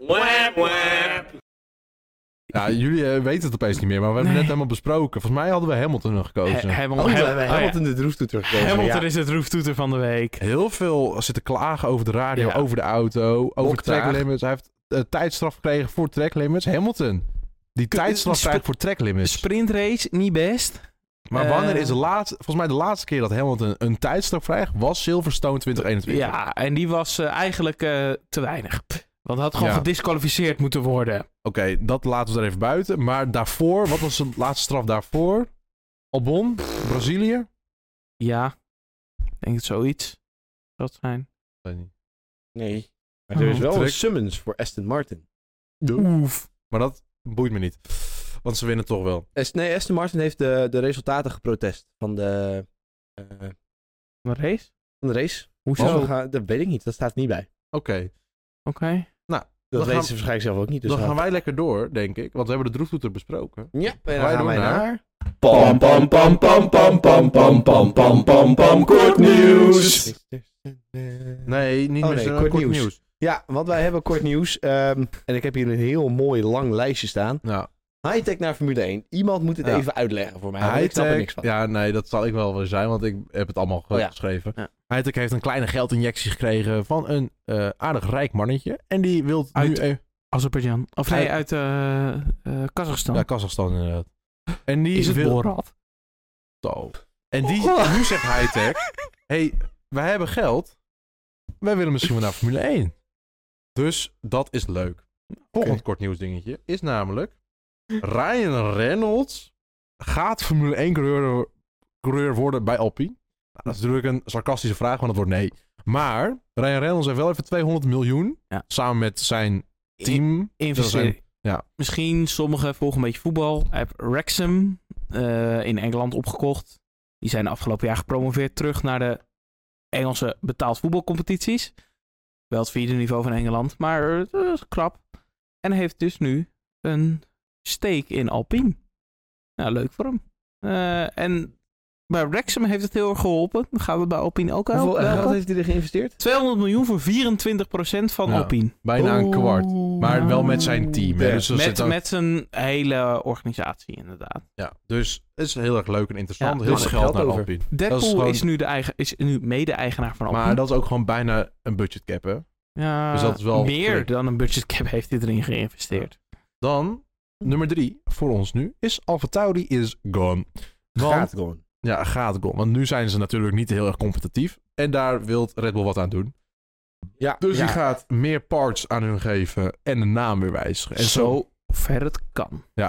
Ja, jullie weten het opeens niet meer, maar we hebben het net helemaal besproken. Volgens mij hadden we Hamilton gekozen. Hamilton de droeftoeter gekozen. Hamilton is de droeftoeter van de week. Heel veel zitten klagen over de radio, over de auto, over track limits. Hij heeft tijdstraf gekregen voor track limits. Hamilton, die tijdstraf krijgt voor track limits. Sprintrace, niet best. Maar wanneer is volgens mij de laatste keer dat Hamilton een tijdstraf krijgt, was Silverstone 2021. Ja, en die was eigenlijk te weinig. Want hij had gewoon gedisqualificeerd moeten worden. Oké, dat laten we er even buiten. Maar daarvoor, wat was de laatste straf daarvoor? Albon, Brazilië? Ja, ik denk het zoiets. Dat zijn. Weet niet. Nee. Maar er is wel een summons voor Aston Martin. Oef. Maar dat boeit me niet. Want ze winnen toch wel. Nee, Aston Martin heeft de resultaten geprotest van de race. Hoezo? Dat weet ik niet, dat staat niet bij. Oké. Nou, dat weten ze waarschijnlijk zelf ook niet. Dus dan gaan wij lekker door, denk ik. Want we hebben de droeftoeter besproken. Ja, en dan gaan wij naar... Pam pam pam pam pam pam pam pam pam pam pam kort nieuws. Nee, niet meer kort nieuws. Ja, want wij hebben kort nieuws. En ik heb hier een heel mooi lang lijstje staan. Ja. High-tech naar Formule 1. Iemand moet het even uitleggen voor mij. Ik snap er niks van. Ja, nee, dat zal ik wel weer zijn, want ik heb het allemaal geschreven. Ja. High-tech heeft een kleine geldinjectie gekregen van een aardig rijk mannetje. En die wil nu... Azerbeidzjan. Of nee, uit Kazachstan. Ja, Kazachstan inderdaad. En die is het Borat? Zo. En nu zegt High-tech... Hey, wij hebben geld. Wij willen misschien wel naar Formule 1. Dus dat is leuk. Volgend kort nieuws dingetje is namelijk... Ryan Reynolds gaat Formule 1 coureur worden bij Alpine. Nou, dat is natuurlijk een sarcastische vraag, want het wordt nee. Maar Ryan Reynolds heeft wel even 200 miljoen. Ja. Samen met zijn team. Investeren. Misschien sommigen volgen een beetje voetbal. Hij heeft Wrexham in Engeland opgekocht. Die zijn afgelopen jaar gepromoveerd terug naar de Engelse betaald voetbalcompetities. Wel het 4e niveau van Engeland, maar dat is krap. En hij heeft dus nu een stake in Alpine. Nou, leuk voor hem. En bij Wrexham heeft het heel erg geholpen. Dan gaan we bij Alpine ook helpen. Hoeveel geld heeft hij er geïnvesteerd? 200 miljoen voor 24% van Alpine. Bijna een kwart. Maar wel met zijn team. Hè? Dus met zijn hele organisatie, inderdaad. Ja, dus het is heel erg leuk en interessant. Ja, heel veel geld naar Alpine. Deadpool is nu mede-eigenaar van Alpine. Maar dat is ook gewoon bijna een budgetcap, hè? Ja, dus dat is wel meer dan een budgetcap heeft hij erin geïnvesteerd. Ja. Dan, nummer 3 voor ons nu, is AlphaTauri is gone. Gaat gone. Ja, gaat gone. Want nu zijn ze natuurlijk niet heel erg competitief. En daar wil Red Bull wat aan doen. Ja, dus die gaat meer parts aan hun geven en de naam weer wijzigen. En zo ver het kan. Ja,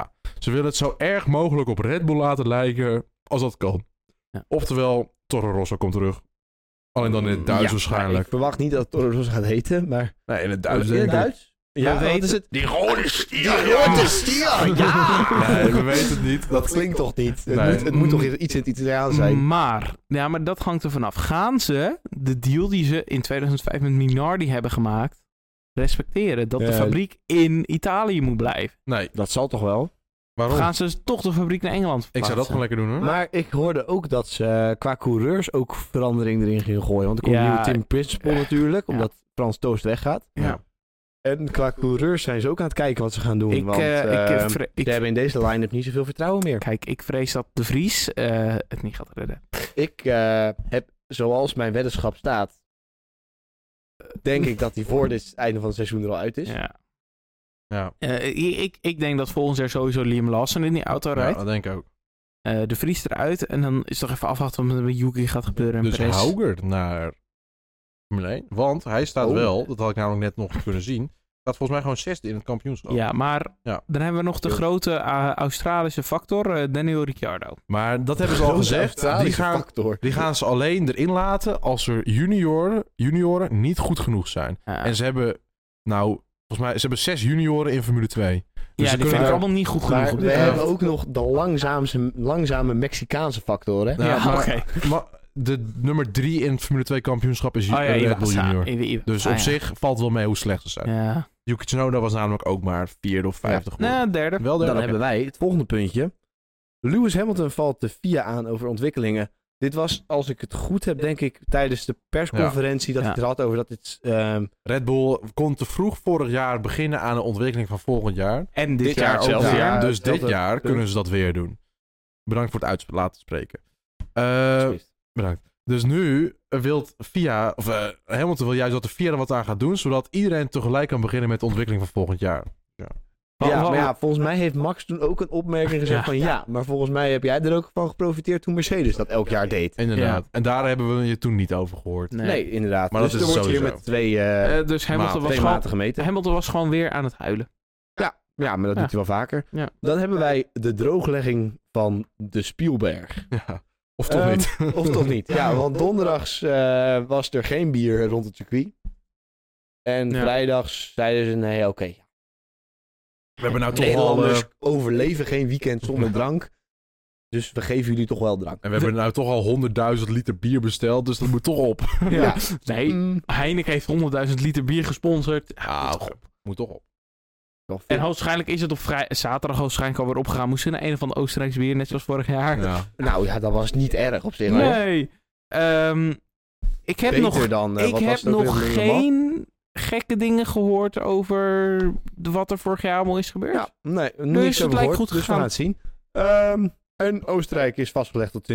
Ze willen het zo erg mogelijk op Red Bull laten lijken als dat kan. Ja. Oftewel, Toro Rosso komt terug. Alleen dan in het Duits waarschijnlijk. Ik verwacht niet dat het Toro Rosso gaat heten, maar... Nee, in het Duits In denk het ik. Duits? Ja, weten wat is het? Die rode stier! Die rode stier! Ja! Nee, we weten het niet. Dat klinkt toch niet? Nee. Het moet toch iets in het Italiaans zijn? Maar dat hangt er vanaf. Gaan ze de deal die ze in 2005 met Minardi hebben gemaakt respecteren? Dat de fabriek in Italië moet blijven? Nee, Dat zal toch wel? waarom? Gaan ze toch de fabriek naar Engeland Ik zou dat verplaatsen? gewoon lekker doen, hoor. Maar ik hoorde ook dat ze qua coureurs ook verandering erin gingen gooien. Want er komt Ja. een nieuwe Team Principal natuurlijk, omdat Frans Toost weggaat. Ja. En qua coureurs zijn ze ook aan het kijken wat ze gaan doen. Want ze hebben in deze line-up niet zoveel vertrouwen meer. Kijk, ik vrees dat De Vries het niet gaat redden. Ik heb, zoals mijn weddenschap staat, denk ik dat hij voor dit einde van het seizoen er al uit is. Ja. Ja, Ik denk dat volgend jaar sowieso Liam Lawson in die auto rijdt. dat denk ik ook. De Vries eruit. En dan is toch even afwachten wat er met Yuki gaat gebeuren. En Dus Perez. Hauger naar Formule 1. Want hij staat Oh. wel, dat had ik namelijk net nog kunnen zien, staat volgens mij gewoon 6e in het kampioenschap. Ja, maar Ja. dan hebben we nog de grote Australische factor, Daniel Ricciardo. Maar dat hebben ze al gezegd. Die gaan ze alleen erin laten als er junioren niet goed genoeg zijn. Ja. En ze hebben, volgens mij, ze hebben 6 junioren in Formule 2. Dus Ja, ze die vind ik kunnen allemaal niet goed genoeg. Maar op we dit hebben moment. ook nog de langzame Mexicaanse factor, hè? Ja, maar, oké. maar de nummer 3 in het Formule 2 kampioenschap is Oh ja, Red Bull Iwasa. Junior. Dus op zich valt wel mee hoe slecht ze zijn. Ja. Yuki Tsunoda was namelijk ook maar 4e of 5e geworden. Nou, derde. Wel Dan derde. hebben wij het volgende puntje. Lewis Hamilton valt de FIA aan over ontwikkelingen. Dit was, als ik het goed heb, denk ik, tijdens de persconferentie dat hij het had over dat dit... Red Bull kon te vroeg vorig jaar beginnen aan de ontwikkeling van volgend jaar. En dit jaar ook hetzelfde weer. jaar. Dus dit hetzelfde jaar punt. kunnen ze dat weer doen. Bedankt voor het laten spreken. Bedankt. Dus nu wil Hamilton wil juist dat de FIA er wat aan gaat doen, zodat iedereen tegelijk kan beginnen met de ontwikkeling van volgend jaar. Ja, maar ja, volgens mij heeft Max toen ook een opmerking gezegd van ja, maar volgens mij heb jij er ook van geprofiteerd toen Mercedes dat elk jaar deed. Inderdaad. Ja. En daar hebben we je toen niet over gehoord. Nee, inderdaad. Maar dus dat is er wordt hier sowieso. met twee Dus Hamilton was, maten gemeten. Hamilton was gewoon weer aan het huilen. Ja, maar dat doet hij wel vaker. Ja. Dan hebben wij de drooglegging van de Spielberg. Ja. Of toch niet? Of toch niet. Ja, want donderdags was er geen bier rond het circuit. En vrijdags zeiden ze nee, oké. We hebben nou toch Nederlanders overleven geen weekend zonder drank. Dus we geven jullie toch wel drank. En we hebben nou toch al 100.000 liter bier besteld, dus dat moet toch op. Ja. Nee, Heineken heeft 100.000 liter bier gesponsord. Moet toch op. En waarschijnlijk is het op zaterdag waarschijnlijk alweer opgegaan. Moesten naar een van de Oostenrijkse bier, net zoals vorig jaar. Ja. Nou ja, dat was niet erg op zich. Nee. Ik heb nog geen gekke dingen gehoord over wat er vorig jaar allemaal is gebeurd. Ja, nee, Dus niks het over lijkt gehoord, goed dus we gegaan. gaan het zien. En Oostenrijk is vastgelegd tot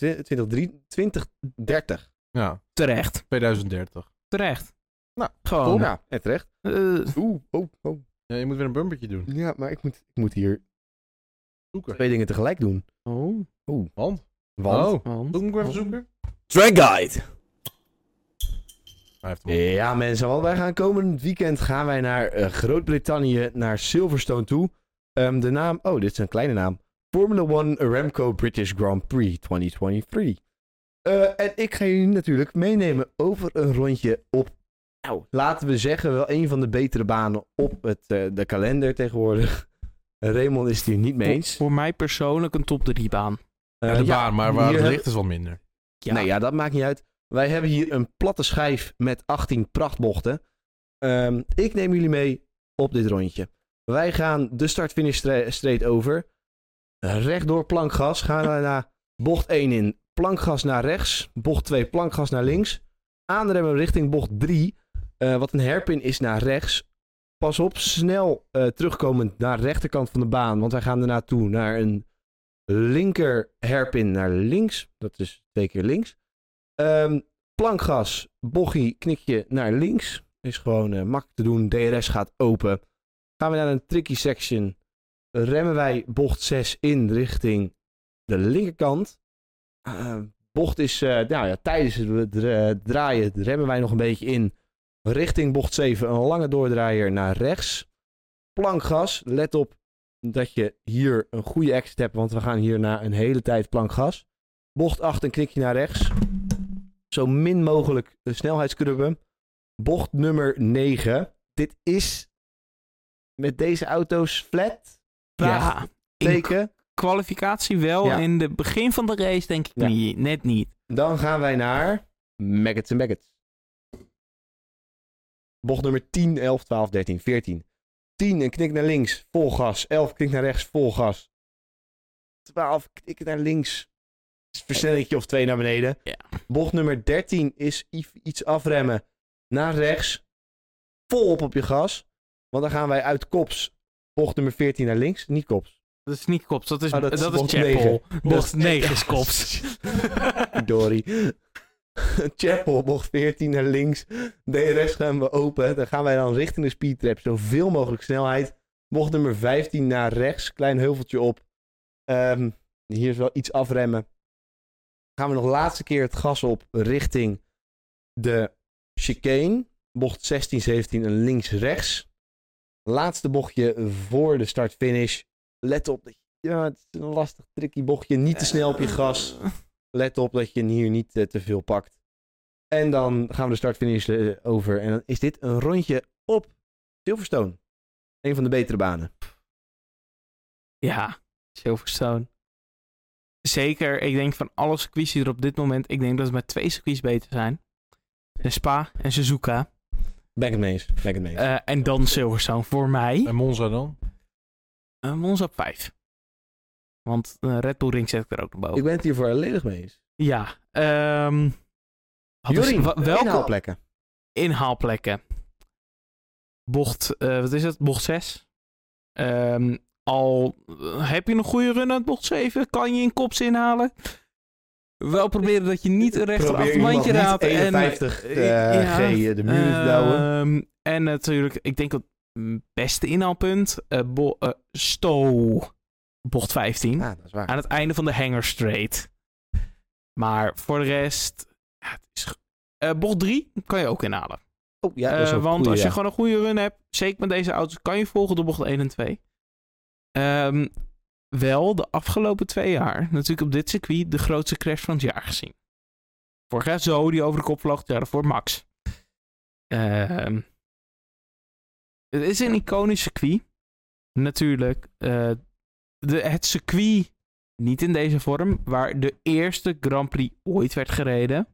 2030. Ja. Terecht. 2030. Terecht. Nou, gewoon. Ja, terecht. Oh. Ja, je moet weer een bumpertje doen. Ja, maar ik moet hier Zoeken. 2 dingen tegelijk doen. Want? Want? Moet ik even zoeken? Track Guide. Hij heeft hem. Ja, mensen, want wij gaan komend weekend gaan wij naar Groot-Brittannië, naar Silverstone toe. De naam, dit is een kleine naam. Formula 1 Aramco British Grand Prix 2023. En ik ga jullie natuurlijk meenemen over een rondje op, laten we zeggen, wel een van de betere banen op de kalender tegenwoordig. Raymond is het hier niet mee eens. Voor mij persoonlijk een top 3 baan. De baan, maar waar hier het ligt is wat minder. Ja. Nee, ja, dat maakt niet uit. Wij hebben hier een platte schijf met 18 prachtbochten. Ik neem jullie mee op dit rondje. Wij gaan de start-finish straight over. Rechtdoor plankgas. Gaan we naar bocht 1 in. Plankgas naar rechts. Bocht 2 plankgas naar links. Aanremmen richting bocht 3. Wat een hairpin is naar rechts. Pas op, snel terugkomend naar de rechterkant van de baan. Want wij gaan daarna toe naar een linker hairpin naar links. Dat is 2 keer links. Plankgas, bochie, knikje naar links. Is gewoon makkelijk te doen. DRS gaat open. Gaan we naar een tricky section. Remmen wij bocht 6 in richting de linkerkant. Bocht is, tijdens het draaien remmen wij nog een beetje in. Richting bocht 7, een lange doordraaier naar rechts. Plankgas, let op. dat je hier een goede exit hebt, want we gaan hier na een hele tijd plank gas. Bocht 8, een knikje naar rechts. Zo min mogelijk de snelheidscrubben. Bocht nummer 9. Dit is met deze auto's flat. Ja, Teken. kwalificatie wel. Ja. In het begin van de race denk ik niet. Net niet. Dan gaan wij naar Maggots en Baggots. Bocht nummer 10, 11, 12, 13, 14. 10, een knik naar links, vol gas. 11, knik naar rechts, vol gas. 12, knik naar links. Versnellingje of 2 naar beneden. Ja. Bocht nummer 13 is iets afremmen. Naar rechts. Vol op je gas. Want dan gaan wij uit kops. Bocht nummer 14 naar links. Niet kops. Dat is niet kops, dat is bocht Chapel. 9. Bocht 9 is kops. Dory. Chapel, bocht 14 naar links. DRS gaan we open. Dan gaan wij dan richting de speedtrap. Zoveel mogelijk snelheid. Bocht nummer 15 naar rechts. Klein heuveltje op. Hier is wel iets afremmen. Gaan we nog laatste keer het gas op richting de chicane. Bocht 16, 17 en links-rechts. Laatste bochtje voor de start-finish. Let op. Ja, het is een lastig, tricky bochtje. Niet te snel op je gas. Let op dat je hier niet te veel pakt. En dan gaan we de start-finish over. En dan is dit een rondje op Silverstone. Een van de betere banen. Ja, Silverstone. Zeker, ik denk van alle circuits die er op dit moment... Ik denk dat er maar 2 circuits beter zijn. Spa en Suzuka. Ben ik het mee eens. En dan Silverstone voor mij. En Monza dan? Monza op 5. Want Red Bull Ring zet ik er ook nog boven. Ik ben het hier volledig mee eens. Ja. Jorien, welke inhaalplekken? Inhaalplekken. Bocht, wat is het? Bocht 6. Heb je een goede run uit bocht 7? Kan je in kops inhalen? Wel proberen dat je niet een rechter achtermandje raadt. 51 G de muur te douwen. En natuurlijk, ik denk het beste inhaalpunt. Stow. Bocht 15. Ah, dat is waar. Aan het einde van de Hanger Straight. Maar voor de rest... Ja, het is, bocht 3 kan je ook inhalen. Oh, ja, dat is ook want goeie, als je gewoon een goede run hebt, zeker met deze auto's, kan je volgen door bocht 1 en 2. Wel de afgelopen 2 jaar natuurlijk op dit circuit de grootste crash van het jaar gezien. Vorig jaar Zo, die over de kop vloog, ja, voor Max. Het is een iconisch circuit. Natuurlijk. Het circuit, niet in deze vorm, waar de eerste Grand Prix ooit werd gereden.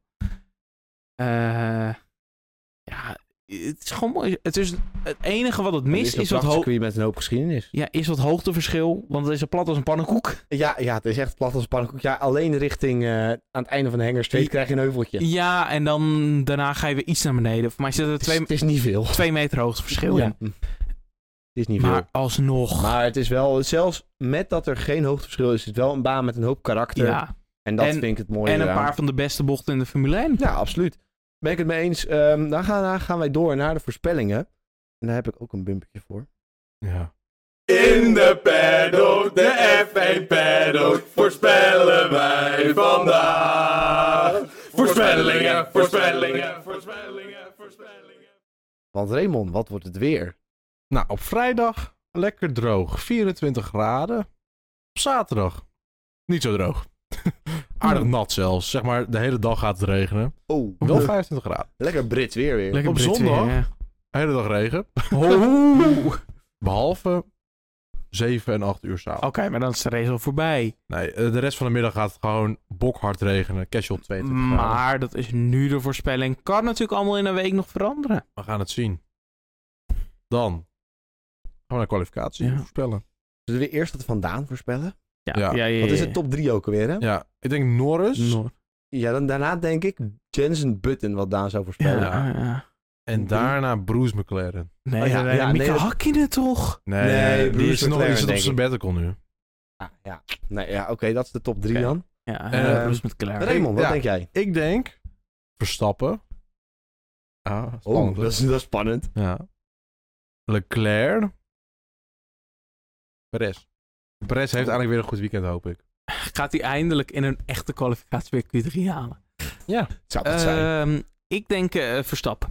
Ja, het is gewoon mooi. Het is het enige wat het mist is wat circuit met een hoop geschiedenis. Ja, is wat hoogteverschil, want het is zo plat als een pannenkoek. Ja, het is echt plat als een pannenkoek. Ja, alleen richting aan het einde van de Hanger Straight krijg je een heuveltje. Ja, en dan daarna ga je weer iets naar beneden. Voor mij zit er het is niet veel. 2 meter hoogteverschil in. Het is niet maar veel. Alsnog. Maar het is wel, zelfs met dat er geen hoogteverschil is, het wel een baan met een hoop karakter. Ja. En dat vind ik het mooie. En een paar van de beste bochten in de Formule 1. Ja, absoluut. Ben ik het mee eens. Dan gaan wij door naar de voorspellingen. En daar heb ik ook een bumpertje voor. Ja. In de paddock, de F1 paddock, voorspellen wij vandaag. Voorspellingen. Want Raymond, wat wordt het weer? Nou, op vrijdag lekker droog. 24 graden. Op zaterdag niet zo droog. Aardig nat zelfs. Zeg maar, de hele dag gaat het regenen. Oh. Wel 25 graden. Lekker Brits weer. Lekker op Brits zondag, weer, ja. de hele dag regen. Behalve 7 en 8 uur s'avonds. Oké, maar dan is de race al voorbij. Nee, de rest van de middag gaat het gewoon bokhard regenen. Casual 22 graden. Maar dat is nu de voorspelling. Kan natuurlijk allemaal in een week nog veranderen. We gaan het zien. Dan gaan we naar kwalificatie voorspellen. Zullen we eerst wat vandaan voorspellen? Ja. Wat is het top 3 ook alweer, hè? Ja, ik denk Norris. Ja, dan daarna denk ik Jensen Button wat Daan zou voorspellen. Ja. En daarna Bruce McLaren. Nee, Mika Hakkinen toch? Nee, die Bruce is nog McLaren, op denk sabbatical nu. Oké, dat is de top 3 dan. Ja, Bruce McLaren. Raymond, wat denk jij? Ik denk Verstappen. Spannend. Dat is spannend. Ja. Leclerc. Perez heeft eigenlijk weer een goed weekend, hoop ik. Gaat hij eindelijk in een echte kwalificatie weer Q3 halen? Ja. Zou dat zijn? Ik denk Verstappen.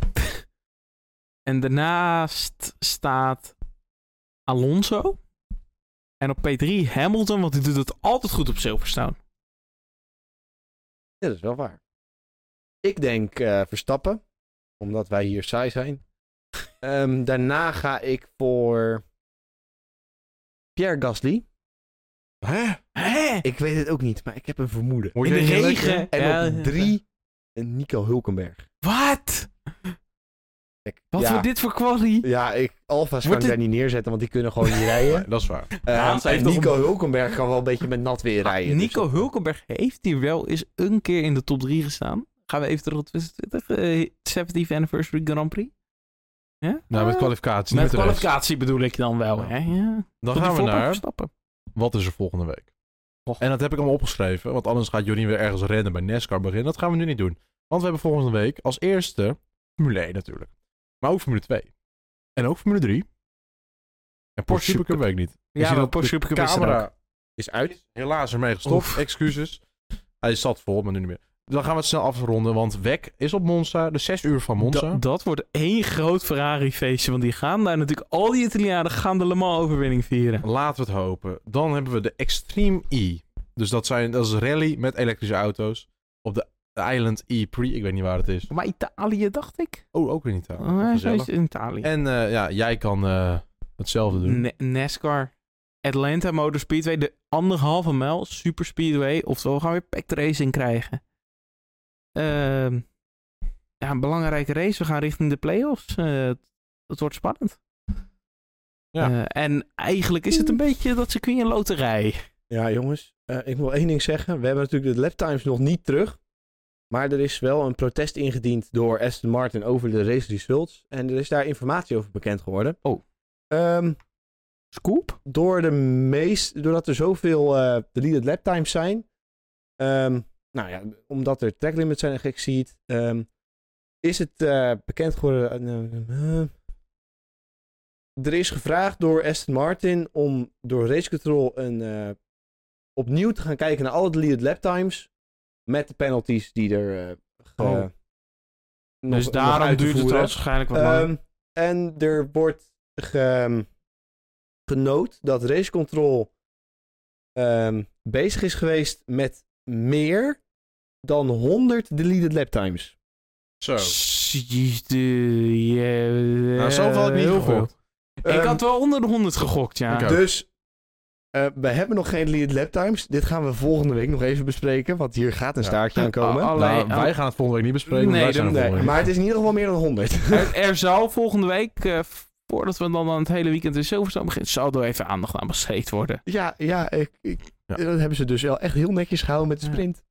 En daarnaast staat Alonso. En op P3 Hamilton, want die doet het altijd goed op Silverstone. Ja, dat is wel waar. Ik denk Verstappen, omdat wij hier saai zijn. Daarna ga ik voor Pierre Gasly. Hè? Ik weet het ook niet, maar ik heb een vermoeden. Word In je de niet regen. lekker? En Ja, op 3 Nico Hulkenberg. Wat? Kijk, Wat ja, voor dit voor quali? Ja, Alfa's kan Wordt ik daar niet neerzetten, want die kunnen gewoon niet rijden. Nee, dat is waar. Ja, ze heeft en toch Nico Hulkenberg kan wel een beetje met nat weer rijden. Nico dus dat- Hulkenberg heeft hier wel eens een keer in de top 3 gestaan. Gaan we even terug op 2020. 70th Anniversary Grand Prix. Ja? Nou, met kwalificatie. Met niet met de rest. kwalificatie bedoel ik dan wel. Hè? Ja. Dan Tot gaan die we voorbij naar... Verstappen. Wat is er volgende week? Och. En dat heb ik allemaal opgeschreven. Want anders gaat Jorien weer ergens rennen bij NASCAR beginnen. Dat gaan we nu niet doen. Want we hebben volgende week als eerste Formule 1 natuurlijk. Maar ook Formule 2. En ook Formule 3. En Porsche Supercup weet ik niet. Ik zie dat Porsche de Supercup is er camera ook. is uit. helaas ermee gestopt. Oef. Excuses. Hij zat vol, maar nu niet meer. Dan gaan we het snel afronden. Want WEC is op Monza. De 6 uur van Monza. Dat wordt één groot Ferrari-feestje. Want die gaan daar natuurlijk... Al die Italianen gaan de Le Mans-overwinning vieren. Laten we het hopen. Dan hebben we de Extreme E. Dus dat is rally met elektrische auto's. Op de Island E Prix. Ik weet niet waar het is. Maar Italië, dacht ik. Oh, ook in Italië. Oh, hij Gezellig. is in Italië. En jij kan hetzelfde doen. NASCAR. Atlanta Motor Speedway. De 1,5 mijl Super Speedway. Oftewel, we gaan weer packed racing krijgen. Ja, een belangrijke race. We gaan richting de playoffs. Het wordt spannend. Ja. En eigenlijk is het een beetje dat circuit een loterij. Ja, jongens. Ik wil één ding zeggen. We hebben natuurlijk de laptimes nog niet terug. Maar er is wel een protest ingediend door Aston Martin over de race results. En er is daar informatie over bekend geworden. Oh. Scoop? Doordat er zoveel deleted laptimes zijn. Nou ja, omdat er track limits zijn geëxceed. Is het bekend geworden. Er is gevraagd door Aston Martin om door Race Control opnieuw te gaan kijken naar alle deleted laptimes. Met de penalties die er Dus daarom duurt het waarschijnlijk wat langer. En er wordt genoot dat Race Control bezig is geweest met meer dan 100 deleted laptimes. Zo. Nou, zoveel had ik niet heel gegokt. veel. Ik had wel onder de 100 gegokt, ja. Ik ook. Dus we hebben nog geen deleted laptimes. Dit gaan we volgende week nog even bespreken. Want hier gaat een staartje aan komen. Wij gaan het volgende week niet bespreken. Nee, wij zijn er volgende week. Maar het is in ieder geval meer dan 100. Er zal volgende week, voordat we dan aan het hele weekend in Silverstone beginnen, zal er even aandacht aan besteed worden. Ja, dat hebben ze dus wel echt heel netjes gehouden met de sprint.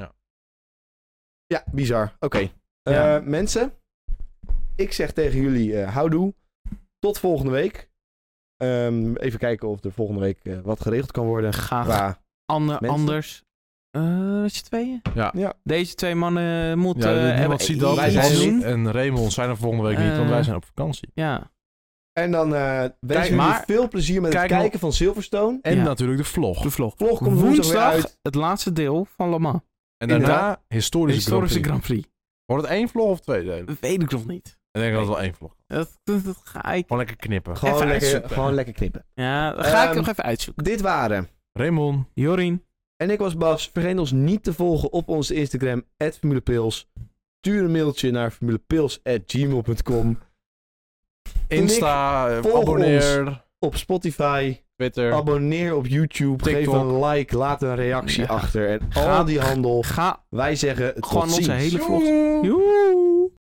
Ja, bizar. Oké. Ja. Mensen, ik zeg tegen jullie houdoe. Tot volgende week. Even kijken of er volgende week wat geregeld kan worden. Graag. Qua Anders. Met z'n tweeën? Ja. Deze twee mannen moeten... Ja, niemand ziet dat. wij zijn Bas doen. en Raymond zijn er volgende week niet, want wij zijn op vakantie. Ja. En dan wensen maar- jullie veel plezier met het kijk nog- kijken van Silverstone. En Ja. natuurlijk de vlog. De vlog. Vlog komt woensdag weer uit. het laatste deel van Le Mans. En daarna Inderdaad. historische Grand Prix. Wordt het 1 vlog of 2 delen? Dat weet ik nog niet. Ik denk dat het wel 1 vlog. Dat ga ik... Gewoon lekker knippen. Gewoon lekker knippen. Ja, dat ga ik Ehm, nog even uitzoeken. Dit waren. Raymond. Jorien. En ik was Bas. Vergeet ons niet te volgen op onze Instagram, @formulepils. Stuur een mailtje naar formulepils@gmail.com. Insta, volg abonneer. Op Spotify. Twitter. Abonneer op YouTube. Geef TikTok. een like. Laat een reactie Ja. achter. En Ga- al die handel. Ga Wij zeggen gewoon tot onze ziens. hele vlog... Joe.